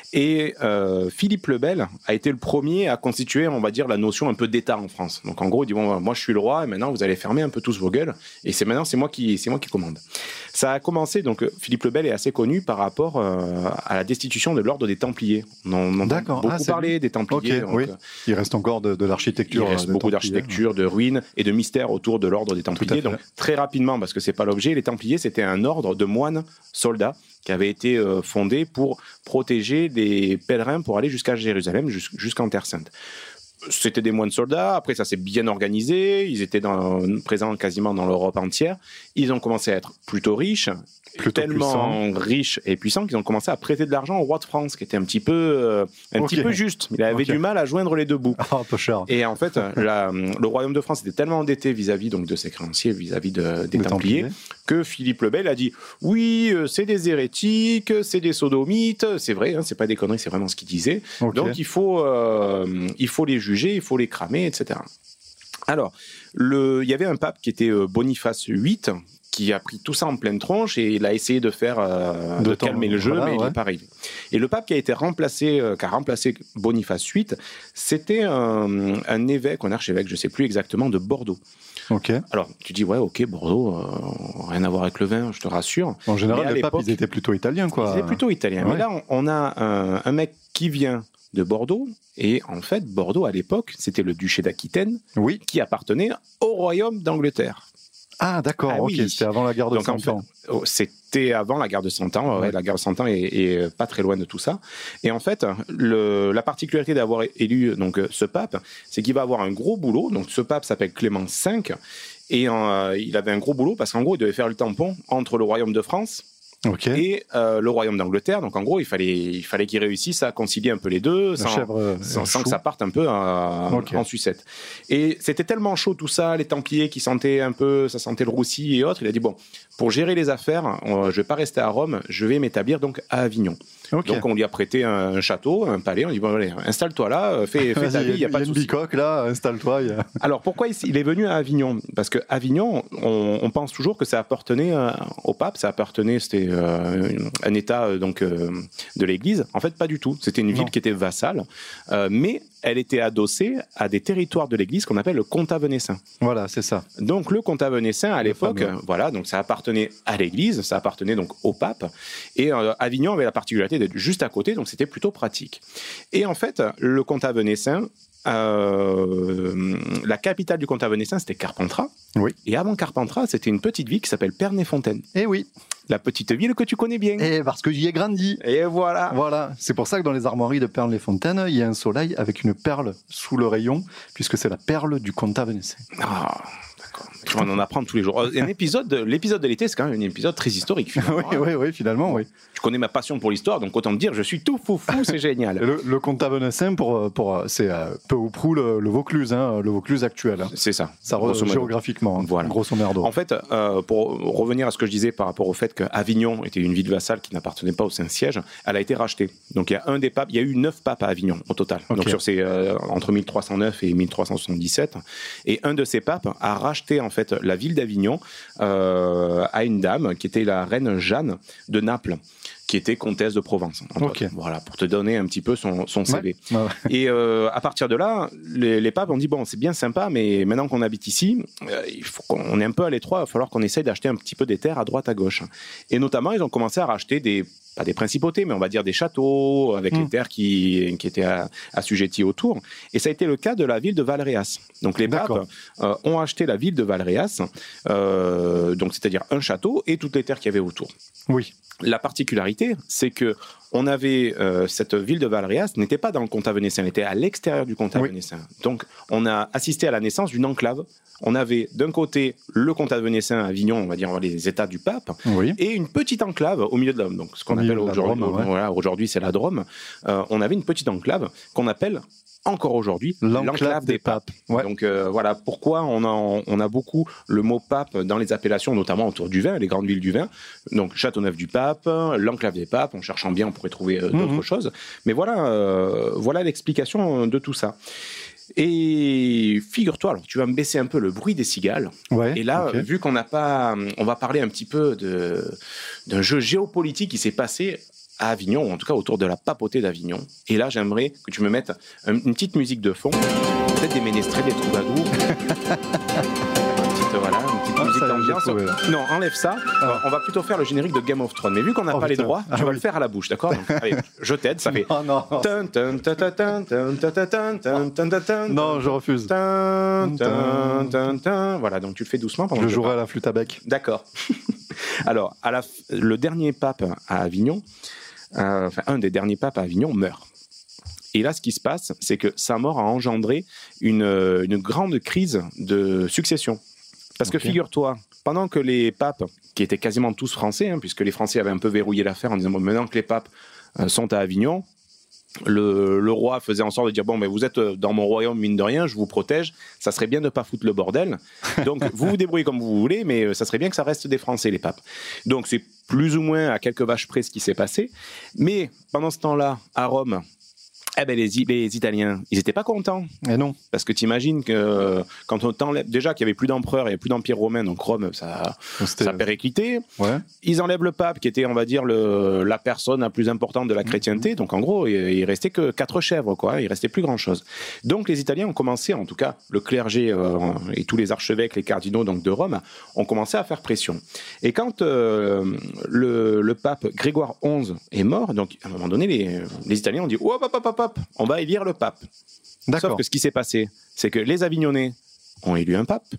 Et euh, Philippe le Bel a été le premier à constituer, on va dire, la notion un peu d'État en France. Donc, en gros, il dit, bon, moi, je suis le roi, et maintenant, vous allez fermer un peu tous vos gueules, et c'est maintenant, c'est moi qui, c'est moi qui commande. Ça a commencé, donc, Philippe le Bel est assez connu par rapport euh, à la destitution de l'ordre des Templiers. On en a beaucoup ah, parlé des Templiers. Okay, donc, oui. Il reste encore de, de l'architecture. Il reste beaucoup d'architecture, de ruines et de mystères autour de l'ordre des Templiers. Donc, très rapidement, parce que c'est pas l'objet, les Templiers, c'était un ordre de moines soldats qui avait été euh, fondé pour protéger les pèlerins pour aller jusqu'à Jérusalem, jusqu'en Terre Sainte. C'était des moines soldats, après ça s'est bien organisé, ils étaient dans, présents quasiment dans l'Europe entière, ils ont commencé à être plutôt riches, plutôt tellement puissant. riches et puissants qu'ils ont commencé à prêter de l'argent au roi de France, qui était un petit peu, euh, un okay. petit peu juste, il avait okay. du mal à joindre les deux bouts. Ah, un peu cher. Et en fait, la, le royaume de France était tellement endetté vis-à-vis donc, de ses créanciers, vis-à-vis de, des Templiers, Templiers, que Philippe le Bel a dit « Oui, euh, c'est des hérétiques, c'est des sodomites, c'est vrai, hein, c'est pas des conneries, c'est vraiment ce qu'il disait, okay. donc il faut, euh, il faut les juger, il faut les cramer, et cetera » Alors, le, il y avait un pape qui était Boniface huit, qui a pris tout ça en pleine tronche et il a essayé de faire euh, de, de calmer le jeu, voilà, mais ouais. il n'est pas arrivé. Et le pape qui a été remplacé, euh, qui a remplacé Boniface huit, c'était un, un évêque, un archevêque, je ne sais plus exactement, de Bordeaux. Okay. Alors, tu dis, ouais, ok, Bordeaux, euh, rien à voir avec le vin, je te rassure. En général, les papes, ils étaient plutôt italiens, quoi. Ils étaient plutôt italiens. Ouais. Mais là, on, on a un, un mec qui vient de Bordeaux, et en fait, Bordeaux, à l'époque, c'était le duché d'Aquitaine, oui. qui appartenait au royaume d'Angleterre. Ah, d'accord, ah, ok, oui. C'était avant la guerre de Donc, Cent Ans. En fait, c'était avant la guerre de Cent Ans, ouais. Ouais, la guerre de Cent Ans est, est pas très loin de tout ça. Et en fait, le, la particularité d'avoir élu donc, ce pape, c'est qu'il va avoir un gros boulot. Donc, ce pape s'appelle Clément cinq, et euh, il avait un gros boulot parce qu'en gros, il devait faire le tampon entre le royaume de France Okay. et euh, le royaume d'Angleterre. Donc en gros, il fallait, il fallait qu'il réussisse à concilier un peu les deux sans, chèvre, sans, sans que ça parte un peu à, okay. en sucette. Et c'était tellement chaud tout ça, les Templiers qui sentaient un peu, ça sentait le roussi et autres. Il a dit bon, pour gérer les affaires, on, je vais pas rester à Rome, je vais m'établir donc à Avignon. Okay. Donc on lui a prêté un château, un palais. On lui dit bon allez, installe-toi là, fais, fais ta vie, il y a pas de souci. Il y a une bicoque là, installe-toi. A... Alors pourquoi il est venu à Avignon ? Parce que Avignon, on, on pense toujours que ça appartenait au pape, ça appartenait, c'était euh, un État euh, donc euh, de l'Église. En fait, pas du tout. C'était une ville non. qui était vassale, euh, mais elle était adossée à des territoires de l'Église qu'on appelle le comtat venessin. Voilà, c'est ça. Donc le comtat venessin à le l'époque, fameux. voilà, donc ça appartenait à l'Église, ça appartenait donc au pape, et euh, Avignon avait la particularité d'être juste à côté, donc c'était plutôt pratique. Et en fait, le comtat venessin, euh, la capitale du comtat venessin, c'était Carpentras. Oui. Et avant Carpentras, c'était une petite ville qui s'appelle Pernay-Fontaine. Eh oui. La petite ville que tu connais bien. Et parce que j'y ai grandi. Et voilà. Voilà, c'est pour ça que dans les armoiries de Perles-les-Fontaines, il y a un soleil avec une perle sous le rayon, puisque c'est la perle du comtat venessin. Ah, d'accord. On en apprend tous les jours. Un épisode, l'épisode de l'été, c'est quand même un épisode très historique. oui, oui, oui, finalement, oui. Je connais ma passion pour l'histoire, donc autant te dire, je suis tout foufou, c'est génial. Le, le comtat venessin, pour, pour, c'est euh, peu ou prou le, le Vaucluse, hein, le Vaucluse actuel. Hein. C'est ça. Ça re, géographiquement, hein, voilà. Grosso merdo. En fait, euh, pour revenir à ce que je disais par rapport au fait qu'Avignon était une ville vassale qui n'appartenait pas au Saint-Siège, elle a été rachetée. Donc il y a un des papes, il y a eu neuf papes à Avignon au total. Okay. Donc sur ces euh, entre mille trois cent neuf et mille trois cent soixante-dix-sept, et un de ces papes a racheté en fait la ville d'Avignon euh, à une dame qui était la reine Jeanne de Naples, qui était comtesse de Provence. Okay. Voilà, pour te donner un petit peu son, son C V. Ouais. Ouais. Et euh, à partir de là, les, les papes ont dit, bon, c'est bien sympa, mais maintenant qu'on habite ici, euh, il faut qu'on est un peu à l'étroit, il va falloir qu'on essaye d'acheter un petit peu des terres à droite, à gauche. Et notamment, ils ont commencé à racheter des, pas des principautés, mais on va dire des châteaux, avec mmh. les terres qui, qui étaient assujetties autour. Et ça a été le cas de la ville de Valréas. Donc les papes euh, ont acheté la ville de Valréas, euh, donc c'est-à-dire un château et toutes les terres qu'il y avait autour. Oui. La particularité, c'est que on avait euh, cette ville de Valréas n'était pas dans le comtat venessin, elle était à l'extérieur du comtat oui. venessin. Donc, on a assisté à la naissance d'une enclave. On avait d'un côté le comtat venessin à Avignon, on va dire les États du pape, oui. et une petite enclave au milieu de l'homme. Donc, ce qu'on appelle aujourd'hui, ouais. voilà, aujourd'hui, c'est la Drôme. Euh, on avait une petite enclave qu'on appelle encore aujourd'hui l'enclave, l'enclave des, des papes. papes. Ouais. Donc euh, voilà pourquoi on a, on a beaucoup le mot pape dans les appellations, notamment autour du vin, les grandes villes du vin. Donc Châteauneuf-du-Pape, l'enclave des papes. En cherchant bien, on pourrait trouver euh, d'autres mmh. choses. Mais voilà, euh, voilà l'explication de tout ça. Et figure-toi, alors tu vas me baisser un peu le bruit des cigales. Ouais, et là, okay. vu qu'on n'a pas, on va parler un petit peu de d'un jeu géopolitique qui s'est passé à Avignon, ou en tout cas autour de la papauté d'Avignon. Et là, j'aimerais que tu me mettes une petite musique de fond, peut-être des ménestrels, des troubadours. une petite, voilà, une petite ah, musique d'ambiance. Non, enlève ça. Ah. On va plutôt faire le générique de Game of Thrones. Mais vu qu'on n'a oh, pas putain. les droits, ah, je vais oui. le faire à la bouche, d'accord? Donc, allez, je t'aide, ça fait... Oh, non, non, je refuse. Voilà, donc tu le fais doucement. Pendant je que jouerai je à la flûte à bec. D'accord. Alors, à la f... le dernier pape à Avignon, Euh, enfin, un des derniers papes à Avignon meurt. Et là, ce qui se passe, c'est que sa mort a engendré une, une grande crise de succession. Parce okay. que figure-toi, pendant que les papes, qui étaient quasiment tous français, hein, puisque les Français avaient un peu verrouillé l'affaire en disant bon, maintenant que les papes euh, sont à Avignon, le, le roi faisait en sorte de dire bon, mais vous êtes dans mon royaume, mine de rien, je vous protège, ça serait bien de ne pas foutre le bordel. Donc, vous vous débrouillez comme vous voulez, mais ça serait bien que ça reste des Français, les papes. Donc, c'est plus ou moins à quelques vaches près ce qui s'est passé. Mais pendant ce temps-là, à Rome, eh ben les, les Italiens, ils n'étaient pas contents. Et non. Parce que tu imagines que quand on t'enlève, déjà qu'il n'y avait plus d'empereur, il n'y avait plus d'empire romain, donc Rome, ça, ça a périclité. Ouais. Ils enlèvent le pape, qui était, on va dire, le, la personne la plus importante de la chrétienté. Mmh. Donc en gros, il, il restait que quatre chèvres, quoi. Il restait plus grand-chose. Donc les Italiens ont commencé, en tout cas, le clergé euh, et tous les archevêques, les cardinaux donc, de Rome, ont commencé à faire pression. Et quand euh, le, le pape Grégoire onze est mort, donc à un moment donné, les, les Italiens ont dit « Oh, papa, papa, on va élire le pape. » Sauf que ce qui s'est passé, c'est que les Avignonnais ont élu un pape,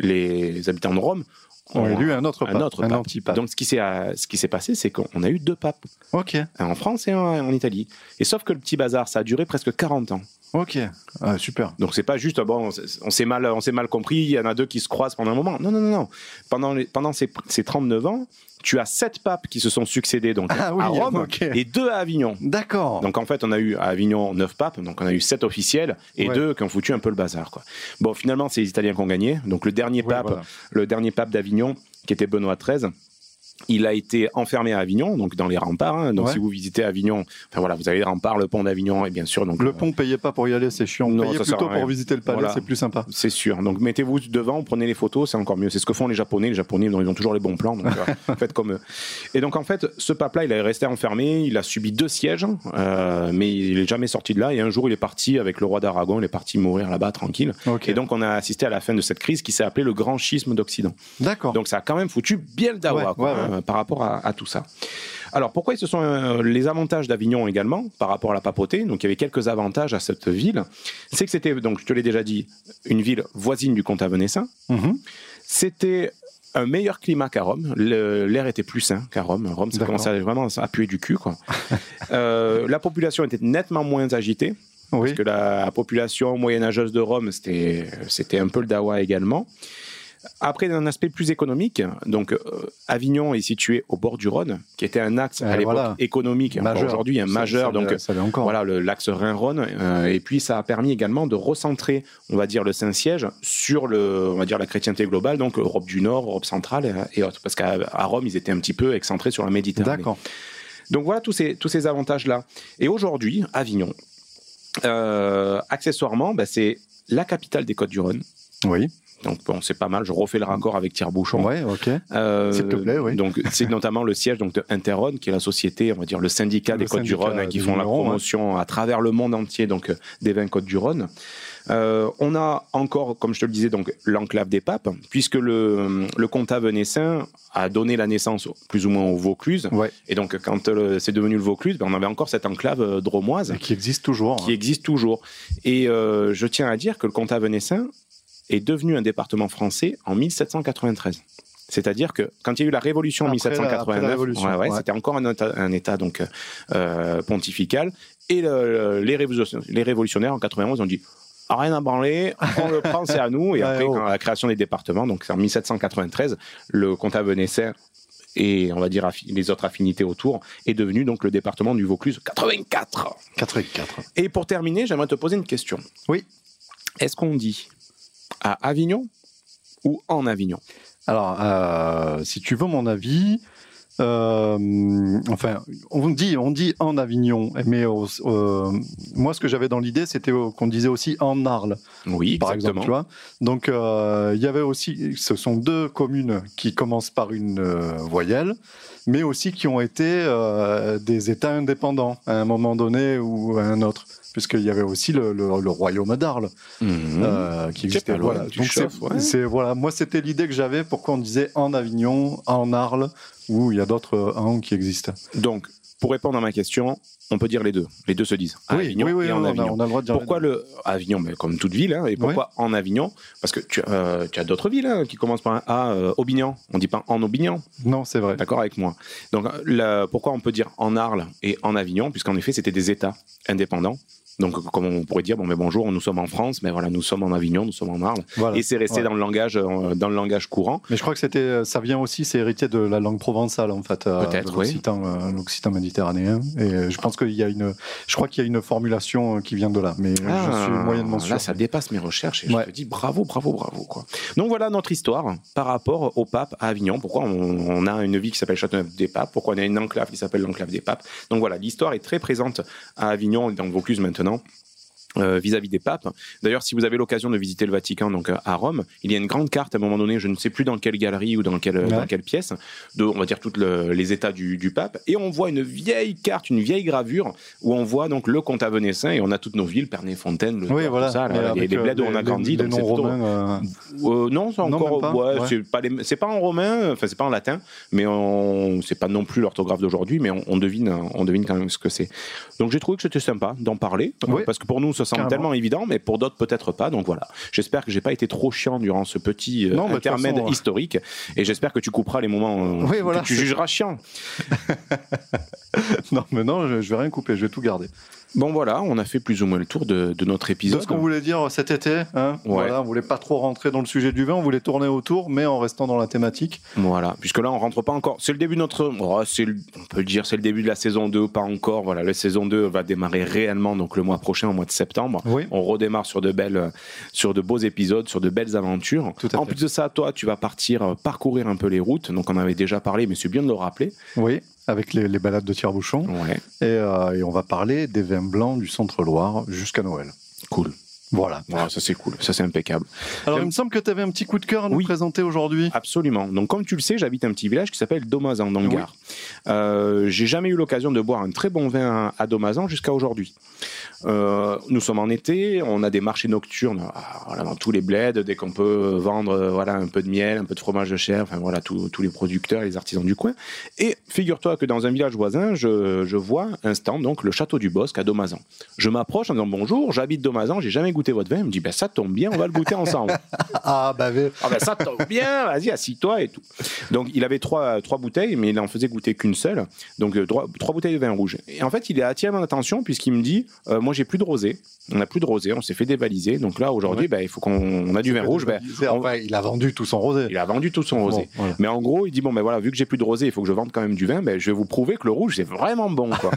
les habitants de Rome ont, ont élu un autre pape, un, autre un pape. antipape. Donc ce qui s'est, ce qui s'est passé, c'est qu'on a eu deux papes, okay. un en France et un en Italie. Et sauf que le petit bazar, ça a duré presque quarante ans. Ok, ah, super. Donc c'est pas juste bon, on s'est mal, on s'est mal compris. Il y en a deux qui se croisent pendant un moment. Non, non, non, non. Pendant les, pendant ces, ces trente-neuf ans, tu as sept papes qui se sont succédés donc ah, oui, à Rome okay. et deux à Avignon. D'accord. Donc en fait, on a eu à Avignon neuf papes, donc on a eu sept officiels et ouais. deux qui ont foutu un peu le bazar, quoi. Bon, finalement, c'est les Italiens qui ont gagné. Donc le dernier ouais, pape, voilà. le dernier pape d'Avignon, qui était Benoît treize. Il a été enfermé à Avignon, donc dans les remparts. Hein. Donc, ouais. si vous visitez Avignon, enfin voilà, vous avez les remparts, le pont d'Avignon, et bien sûr. Donc, le pont, payez pas pour y aller, c'est chiant. Non, payez plutôt pour visiter le palais, voilà. C'est plus sympa. C'est sûr. Donc, mettez-vous devant, prenez les photos, c'est encore mieux. C'est ce que font les Japonais. Les Japonais, ils ont toujours les bons plans, donc euh, faites comme eux. Et donc, en fait, ce pape-là, il est resté enfermé. Il a subi deux sièges, euh, mais il n'est jamais sorti de là. Et un jour, il est parti avec le roi d'Aragon. Il est parti mourir là-bas tranquille. Okay. Et donc, on a assisté à la fin de cette crise qui s'est appelée le Grand Schisme d'Occident. D'accord. Donc, ça a quand même foutu bien le dawa, ouais, quoi, ouais, ouais. Euh, par rapport à à tout ça. Alors pourquoi ils se sont euh, les avantages d'Avignon également par rapport à la papauté, donc il y avait quelques avantages à cette ville, c'est que c'était, donc je te l'ai déjà dit, une ville voisine du comtat venessin. Mm-hmm. C'était un meilleur climat qu'à Rome. Le, l'air était plus sain qu'à Rome. Rome, ça D'accord. commençait vraiment à puer du cul, quoi. euh, la population était nettement moins agitée. Oui. Parce que la, la population moyenâgeuse de Rome, c'était, c'était un peu le dawa également. Après, d'un aspect plus économique, donc euh, Avignon est situé au bord du Rhône, qui était un axe à Et l'époque voilà. économique, encore Majeur. aujourd'hui un Ça- majeur. ça donc l'est- ça l'est encore. voilà, le, l'axe Rhin-Rhône. euh, et puis, ça a permis également de recentrer, on va dire, le Saint-Siège sur le, on va dire, la chrétienté globale, donc Europe du Nord, Europe centrale et, et autres. Parce qu'à à Rome, ils étaient un petit peu excentrés sur la Méditerranée. D'accord. Donc voilà tous ces, tous ces avantages-là. Et aujourd'hui, Avignon, euh, accessoirement, bah, c'est la capitale des Côtes-du-Rhône. Oui. Donc bon, c'est pas mal. Je refais le raccord avec Tire-Bouchon. Ouais, ok. Euh, S'il te plaît, oui. Donc c'est notamment le siège donc de Interrhône, qui est la société, on va dire le syndicat Le des Côtes-du-Rhône, syndicat hein, qui des font la vignerons, promotion à travers le monde entier donc des vins Côtes-du-Rhône. Euh, on a encore, comme je te le disais, donc l'enclave des papes, puisque le, le comtat venessin a donné la naissance plus ou moins au Vaucluse. Ouais. Et donc quand le- c'est devenu le Vaucluse, ben, on avait encore cette enclave euh, dromoise Et qui existe toujours. qui hein. existe toujours. Et euh, je tiens à dire que le comtat venessin est devenu un département français en mille sept cent quatre-vingt-treize. C'est-à-dire que quand il y a eu la Révolution en Après mille sept cent la- quatre-vingt-neuf, après la Révolution, ouais, ouais, ouais. c'était encore un état, un état donc euh, pontifical. Et le- les, révolutionnaires, les révolutionnaires en quatre-vingt-onze ont dit ah, rien à branler, on le prend, c'est à nous. Et Ouais, après, oh. quand la création des départements, donc c'est en mille sept cent quatre-vingt-treize, le comtat venessin et on va dire affi- les autres affinités autour est devenu donc le département du Vaucluse quatre-vingt-quatre. quatre-vingt-quatre. Et pour terminer, j'aimerais te poser une question. Oui. Est-ce qu'on dit à Avignon ou en Avignon? Alors, euh, si tu veux mon avis, euh, enfin, on dit, on dit en Avignon, mais au- euh, moi, ce que j'avais dans l'idée, c'était qu'on disait aussi en Arles, Oui, par exactement. exemple, tu vois. Donc, euh, il y avait aussi, ce sont deux communes qui commencent par une euh, voyelle, mais aussi qui ont été euh, des États indépendants à un moment donné ou à un autre, puisqu'il y avait aussi le, le- le royaume d'Arles. Mhm. Euh, qui existait. pas loin, Voilà. tu Donc c'est, chauffes, ouais. c'est- voilà, moi c'était l'idée que j'avais pourquoi on disait en Avignon, en Arles, où il y a d'autres euh, en qui existent. Donc, pour répondre à ma question, on peut dire les deux. Les deux se disent. À oui, Avignon oui, oui, et en on, a, Avignon. on a le droit de dire. Pourquoi le Avignon, mais comme toute ville, hein, et pourquoi en Avignon? Parce que tu, euh, tu as d'autres villes hein, qui commencent par un A, euh, Aubignan. On dit pas en Aubignan, Non, c'est vrai. d'accord avec moi. Donc, la- pourquoi on peut dire en Arles et en Avignon? Puisqu'en effet, c'était des États indépendants. Donc, comme on pourrait dire, bon, mais bonjour, nous sommes en France, mais voilà, nous sommes en Avignon, nous sommes en Arles. Voilà. Et c'est resté Ouais. dans le langage, euh, dans le langage courant. Mais je crois que c'était, ça vient aussi, c'est hérité de la langue provençale en fait, euh, Peut-être, de l'occitan, euh, l'occitan méditerranéen. Et euh, je pense qu'il y a une, je crois qu'il y a une formulation euh, qui vient de là, mais euh, je suis moyennement sûr. Là, ça dépasse mes recherches et Ouais. je te dis bravo, bravo, bravo. Quoi. Donc voilà notre histoire par rapport au pape à Avignon. Pourquoi on, on a une ville qui s'appelle Châteauneuf des Papes, pourquoi on a une enclave qui s'appelle l'enclave des Papes. Donc voilà, l'histoire est très présente à Avignon et dans le Vaucluse maintenant. Euh, vis-à-vis des papes. D'ailleurs, si vous avez l'occasion de visiter le Vatican, donc euh, à Rome, il y a une grande carte à un moment donné, je ne sais plus dans quelle galerie ou dans quelle, Ouais. dans quelle pièce, de, on va dire tous le, les états du, du pape, et on voit une vieille carte, une vieille gravure où on voit donc le comtat venessin et on a toutes nos villes, Pernay-Fontaine, le Oui, Tour, voilà. tout ça, là, Mais les, avec, les euh, bleds où on a les- grandi. Les, donc les c'est noms plutôt- romains. euh, euh, non, c'est Non, encore, même pas, ouais, ouais. c'est pas les- c'est pas en romain, enfin c'est pas en latin, mais on, c'est pas non plus l'orthographe d'aujourd'hui, mais on, on devine, on devine quand même ce que c'est. Donc j'ai trouvé que c'était sympa d'en parler, Oui. parce que pour nous ça semble Carrément. tellement évident, mais pour d'autres peut-être pas. Donc voilà, j'espère que j'ai pas été trop chiant durant ce petit euh, Non, mais de toute intermède façon, historique, et j'espère que tu couperas les moments euh, Oui, voilà, que tu c'est- jugeras chiant. non, mais non, je, je vais rien couper, je vais tout garder. Bon voilà, on a fait plus ou moins le tour de, de notre De épisode. ce qu'on voulait dire cet été, hein, Ouais. voilà, on voulait pas trop rentrer dans le sujet du vin, on voulait tourner autour, mais en restant dans la thématique. Voilà, puisque là on rentre pas encore. C'est le début de notre, oh, c'est le- on peut le dire, c'est le début de la saison deux, pas encore. Voilà, la saison deux va démarrer réellement donc le mois prochain, au mois de septembre. Oui. On redémarre sur de belles, sur de beaux épisodes, sur de belles aventures. Tout à en fait. plus de ça, toi, tu vas partir euh, parcourir un peu les routes. Donc on avait déjà parlé, mais c'est bien de le rappeler. Oui, avec les, les balades de Tire-Bouchon. Ouais, Et, euh, et on va parler des vins blancs du Centre-Loire jusqu'à Noël. cool. Voilà. Voilà, ça c'est cool, ça c'est impeccable. Alors, J'aime- il me semble que tu avais un petit coup de cœur à nous Oui. présenter aujourd'hui. Absolument. Donc, comme tu le sais, j'habite un petit village qui s'appelle Domazan, dans le Gard. Euh, j'ai jamais eu l'occasion de boire un très bon vin à Domazan jusqu'à aujourd'hui. Euh, nous sommes en été, on a des marchés nocturnes ah, voilà, dans tous les bleds, dès qu'on peut vendre euh, voilà, un peu de miel, un peu de fromage de chèvre, enfin voilà, tous tous les producteurs et les artisans du coin. Et figure-toi que dans un village voisin, je, je vois un stand, donc le château du Bosc à Domazan. Je m'approche en disant bonjour, j'habite Domazan, j'ai jamais goûté goûter votre vin. Il me dit, ben, ça tombe bien, on va le goûter ensemble. Ah, bah, mais... ah ben, ça tombe bien, vas-y, assis-toi et tout. Donc, il avait trois, trois bouteilles, mais il en faisait goûter qu'une seule. Donc, euh, trois, trois bouteilles de vin rouge. Et en fait, il a attiré mon attention puisqu'il me dit, euh, moi, j'ai plus de rosé. On n'a plus de rosé, on s'est fait dévaliser. Donc là, aujourd'hui, ouais. ben, il faut qu'on on a du vin rouge. Ben, on... enfin, il a vendu tout son rosé. Il a vendu tout son rosé. Bon, voilà. Mais en gros, il dit, bon, ben voilà, vu que j'ai plus de rosé, il faut que je vende quand même du vin. Ben, je vais vous prouver que le rouge, c'est vraiment bon, quoi.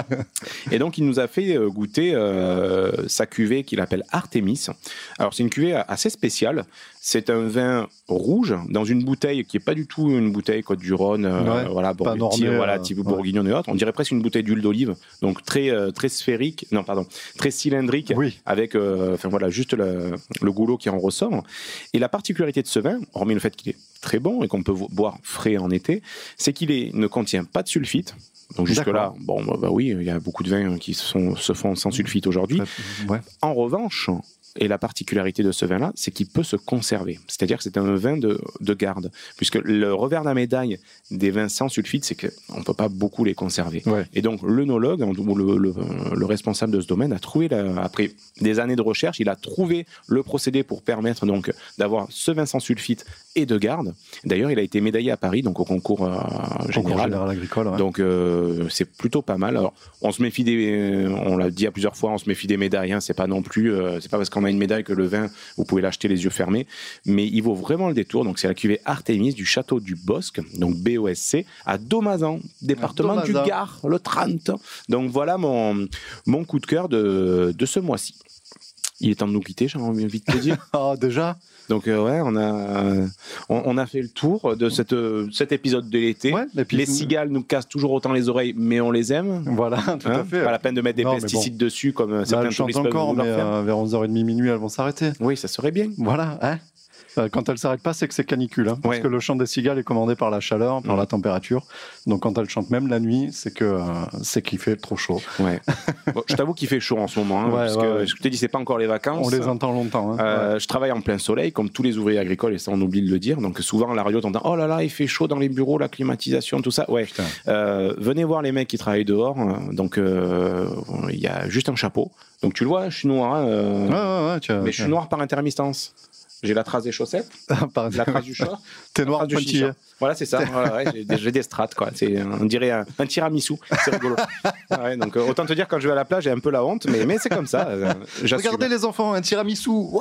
Et donc, il nous a fait goûter euh, sa cuvée qu'il appelle Artemis. Alors, c'est une cuvée assez spéciale. C'est un vin rouge dans une bouteille qui n'est pas du tout une bouteille Côte du Rhône, euh, ouais, voilà, bon, normé, type, voilà, type euh, bourguignon ouais. et autres. On dirait presque une bouteille d'huile d'olive, donc très, euh, très sphérique, non, pardon, très cylindrique, oui. avec euh, enfin, voilà, juste le, le goulot qui en ressort. Et la particularité de ce vin, hormis le fait qu'il est très bon et qu'on peut boire frais en été, c'est qu'il est, ne contient pas de sulfite. Donc jusque-là, bon, bah, bah oui, il y a beaucoup de vins qui sont, se font sans sulfite aujourd'hui. Ouais. En revanche, et la particularité de ce vin-là, c'est qu'il peut se conserver. C'est-à-dire que c'est un vin de, de garde. Puisque le revers de la médaille des vins sans sulfite, c'est qu'on ne peut pas beaucoup les conserver. Ouais. Et donc, l'œnologue, ou le, le, le responsable de ce domaine, a trouvé, la, après des années de recherche, il a trouvé le procédé pour permettre donc d'avoir ce vin sans sulfite et de garde. D'ailleurs, il a été médaillé à Paris, donc au concours, euh, général. Concours général agricole. Ouais. Donc, euh, c'est plutôt pas mal. Alors, on se méfie des, on l'a dit à plusieurs fois, on se méfie des médailles. Hein, c'est pas non plus, euh, c'est pas parce qu'on a une médaille que le vin, vous pouvez l'acheter les yeux fermés, mais il vaut vraiment le détour. Donc c'est la cuvée Artemis du château du Bosc, donc B O S C, à Domazan, département du Gard, le trente. Donc voilà mon, mon coup de cœur de, de ce mois-ci. Il est temps de nous quitter, j'ai envie de te dire. Ah, déjà ? Donc euh, ouais, on a euh, on, on a fait le tour de cette euh, cet épisode de l'été. Ouais, les cigales nous cassent toujours autant les oreilles, mais on les aime. Voilà, tout hein, à fait. Pas la peine de mettre des non, pesticides bon. dessus comme là, certains touristes peuvent encore, mais euh, vers onze heures trente minuit, elles vont s'arrêter. Oui, ça serait bien. Voilà, hein. Quand elles ne s'arrêtent pas, c'est que c'est canicule. Hein, parce ouais. que le chant des cigales est commandé par la chaleur, par mmh. la température. Donc quand elles chantent même la nuit, c'est que euh, c'est qu'il fait trop chaud. Ouais. Bon, je t'avoue qu'il fait chaud en ce moment. Hein, ouais, parce ouais, que ouais. je te dis, c'est pas encore les vacances. On les entend longtemps. Hein. Euh, ouais. Je travaille en plein soleil, comme tous les ouvriers agricoles, et ça on oublie de le dire. Donc souvent à la radio, t'entends oh là là, il fait chaud dans les bureaux, la climatisation, tout ça. Ouais. Euh, venez voir les mecs qui travaillent dehors. Donc il euh, y a juste un chapeau. Donc tu le vois, je suis noir. Hein, euh, ouais, ouais, ouais, tu as, mais je suis noir par intermittence. J'ai la trace des chaussettes, la trace du short. T'es noir pointillé. Voilà, c'est ça. Voilà, ouais, j'ai, des, j'ai des strates, quoi. C'est, on dirait un, un tiramisu. C'est rigolo. Ouais, donc, euh, autant te dire, quand je vais à la plage, j'ai un peu la honte, mais, mais c'est comme ça. Euh, Regardez les enfants, un tiramisu. Wow.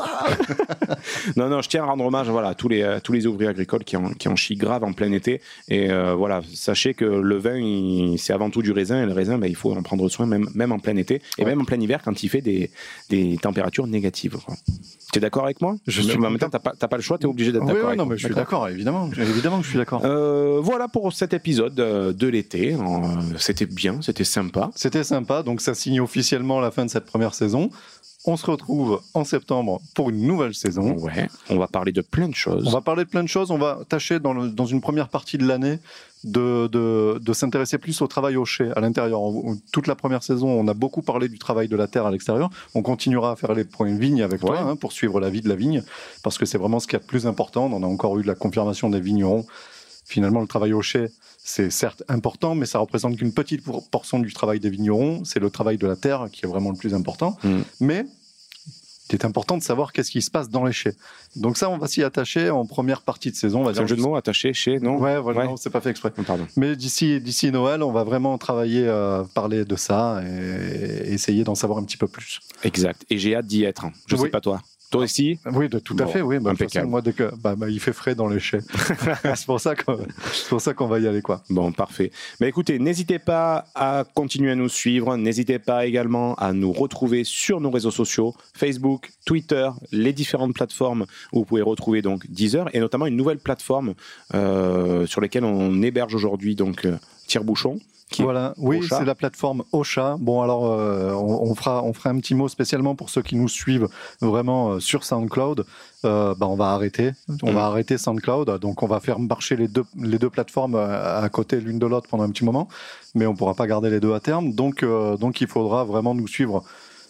non, non, je tiens à rendre hommage voilà, à tous les, à tous les ouvriers agricoles qui en, qui en chient grave en plein été. Et euh, voilà, sachez que le vin, il, c'est avant tout du raisin. Et le raisin, ben, il faut en prendre soin, même, même en plein été. Et ouais. même en plein hiver, quand il fait des, des températures négatives. Quoi. Tu es d'accord avec moi? Je suis. Mais en même temps, tu n'as pas, pas le choix, tu es obligé d'être oui, d'accord. Oui, avec non, moi. mais je suis d'accord, évidemment. Évidemment que je suis d'accord. Euh, voilà pour cet épisode de l'été. C'était bien, c'était sympa. C'était sympa, donc ça signe officiellement la fin de cette première saison. On se retrouve en septembre pour une nouvelle saison. Ouais, on va parler de plein de choses. On va parler de plein de choses. On va tâcher dans, le, dans une première partie de l'année de, de, de s'intéresser plus au travail au chai à l'intérieur. Toute la première saison, on a beaucoup parlé du travail de la terre à l'extérieur. On continuera à faire les points vigne avec ouais. toi hein, pour suivre la vie de la vigne, parce que c'est vraiment ce qu'il y a de plus important. On a encore eu la confirmation des vignerons. Finalement, le travail au chai, c'est certes important, mais ça représente qu'une petite portion du travail des vignerons. C'est le travail de la terre qui est vraiment le plus important. Mmh. Mais il est important de savoir qu'est-ce qui se passe dans les chais. Donc ça, on va s'y attacher en première partie de saison. On va c'est dire un jeu de mots, attaché, chez, non? Ouais, voilà, ouais. non, c'est pas fait exprès. Oh, pardon. Mais d'ici, d'ici Noël, on va vraiment travailler, euh, parler de ça et, et essayer d'en savoir un petit peu plus. Exact. Et j'ai hâte d'y être. Je oui. sais pas toi. Toi aussi? Oui, de, tout bon, à fait, oui. Bah, impeccable. De toute façon, moi, dès que, bah, bah, il fait frais dans les chais. c'est, pour ça qu'on, c'est pour ça qu'on va y aller, quoi. Bon, parfait. Mais écoutez, n'hésitez pas à continuer à nous suivre. N'hésitez pas également à nous retrouver sur nos réseaux sociaux, Facebook, Twitter, les différentes plateformes où vous pouvez retrouver donc Deezer et notamment une nouvelle plateforme euh, sur laquelle on héberge aujourd'hui donc euh, Tire-Bouchon. Voilà, oui, Ocha. C'est la plateforme Ocha. Bon, alors, euh, on, on, fera, on fera un petit mot spécialement pour ceux qui nous suivent vraiment euh, sur SoundCloud. Euh, bah, on va arrêter. On mmh. va arrêter SoundCloud. Donc, on va faire marcher les deux, les deux plateformes à côté l'une de l'autre pendant un petit moment. Mais on ne pourra pas garder les deux à terme. Donc, euh, donc, il faudra vraiment nous suivre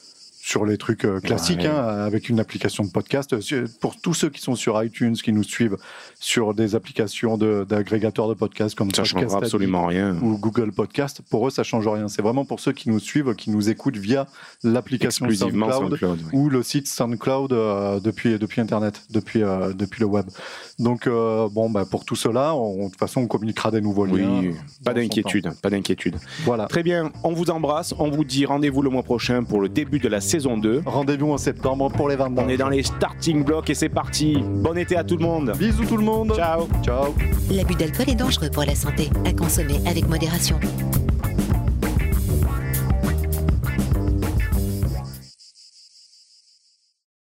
sur les trucs euh, classiques, ouais. hein, avec une application de podcast. Pour tous ceux qui sont sur iTunes, qui nous suivent sur des applications de, d'agrégateurs de podcasts comme ça changera absolument rien. Ou Google Podcast, pour eux, ça change rien. C'est vraiment pour ceux qui nous suivent, qui nous écoutent via l'application SoundCloud, SoundCloud oui. ou le site SoundCloud euh, depuis, depuis Internet, depuis, euh, depuis le web. Donc, euh, bon, bah, pour tout cela, on, de toute façon, on communiquera des nouveaux liens. Oui, pas d'inquiétude, pas d'inquiétude. Voilà. Très bien, on vous embrasse, on vous dit rendez-vous le mois prochain pour le début de la saison deux. Rendez-vous en septembre pour les vendanges. On est dans les starting blocks et c'est parti. Bon été à tout le monde. Bisous tout le monde. Ciao. Ciao. L'abus d'alcool est dangereux pour la santé, à consommer avec modération.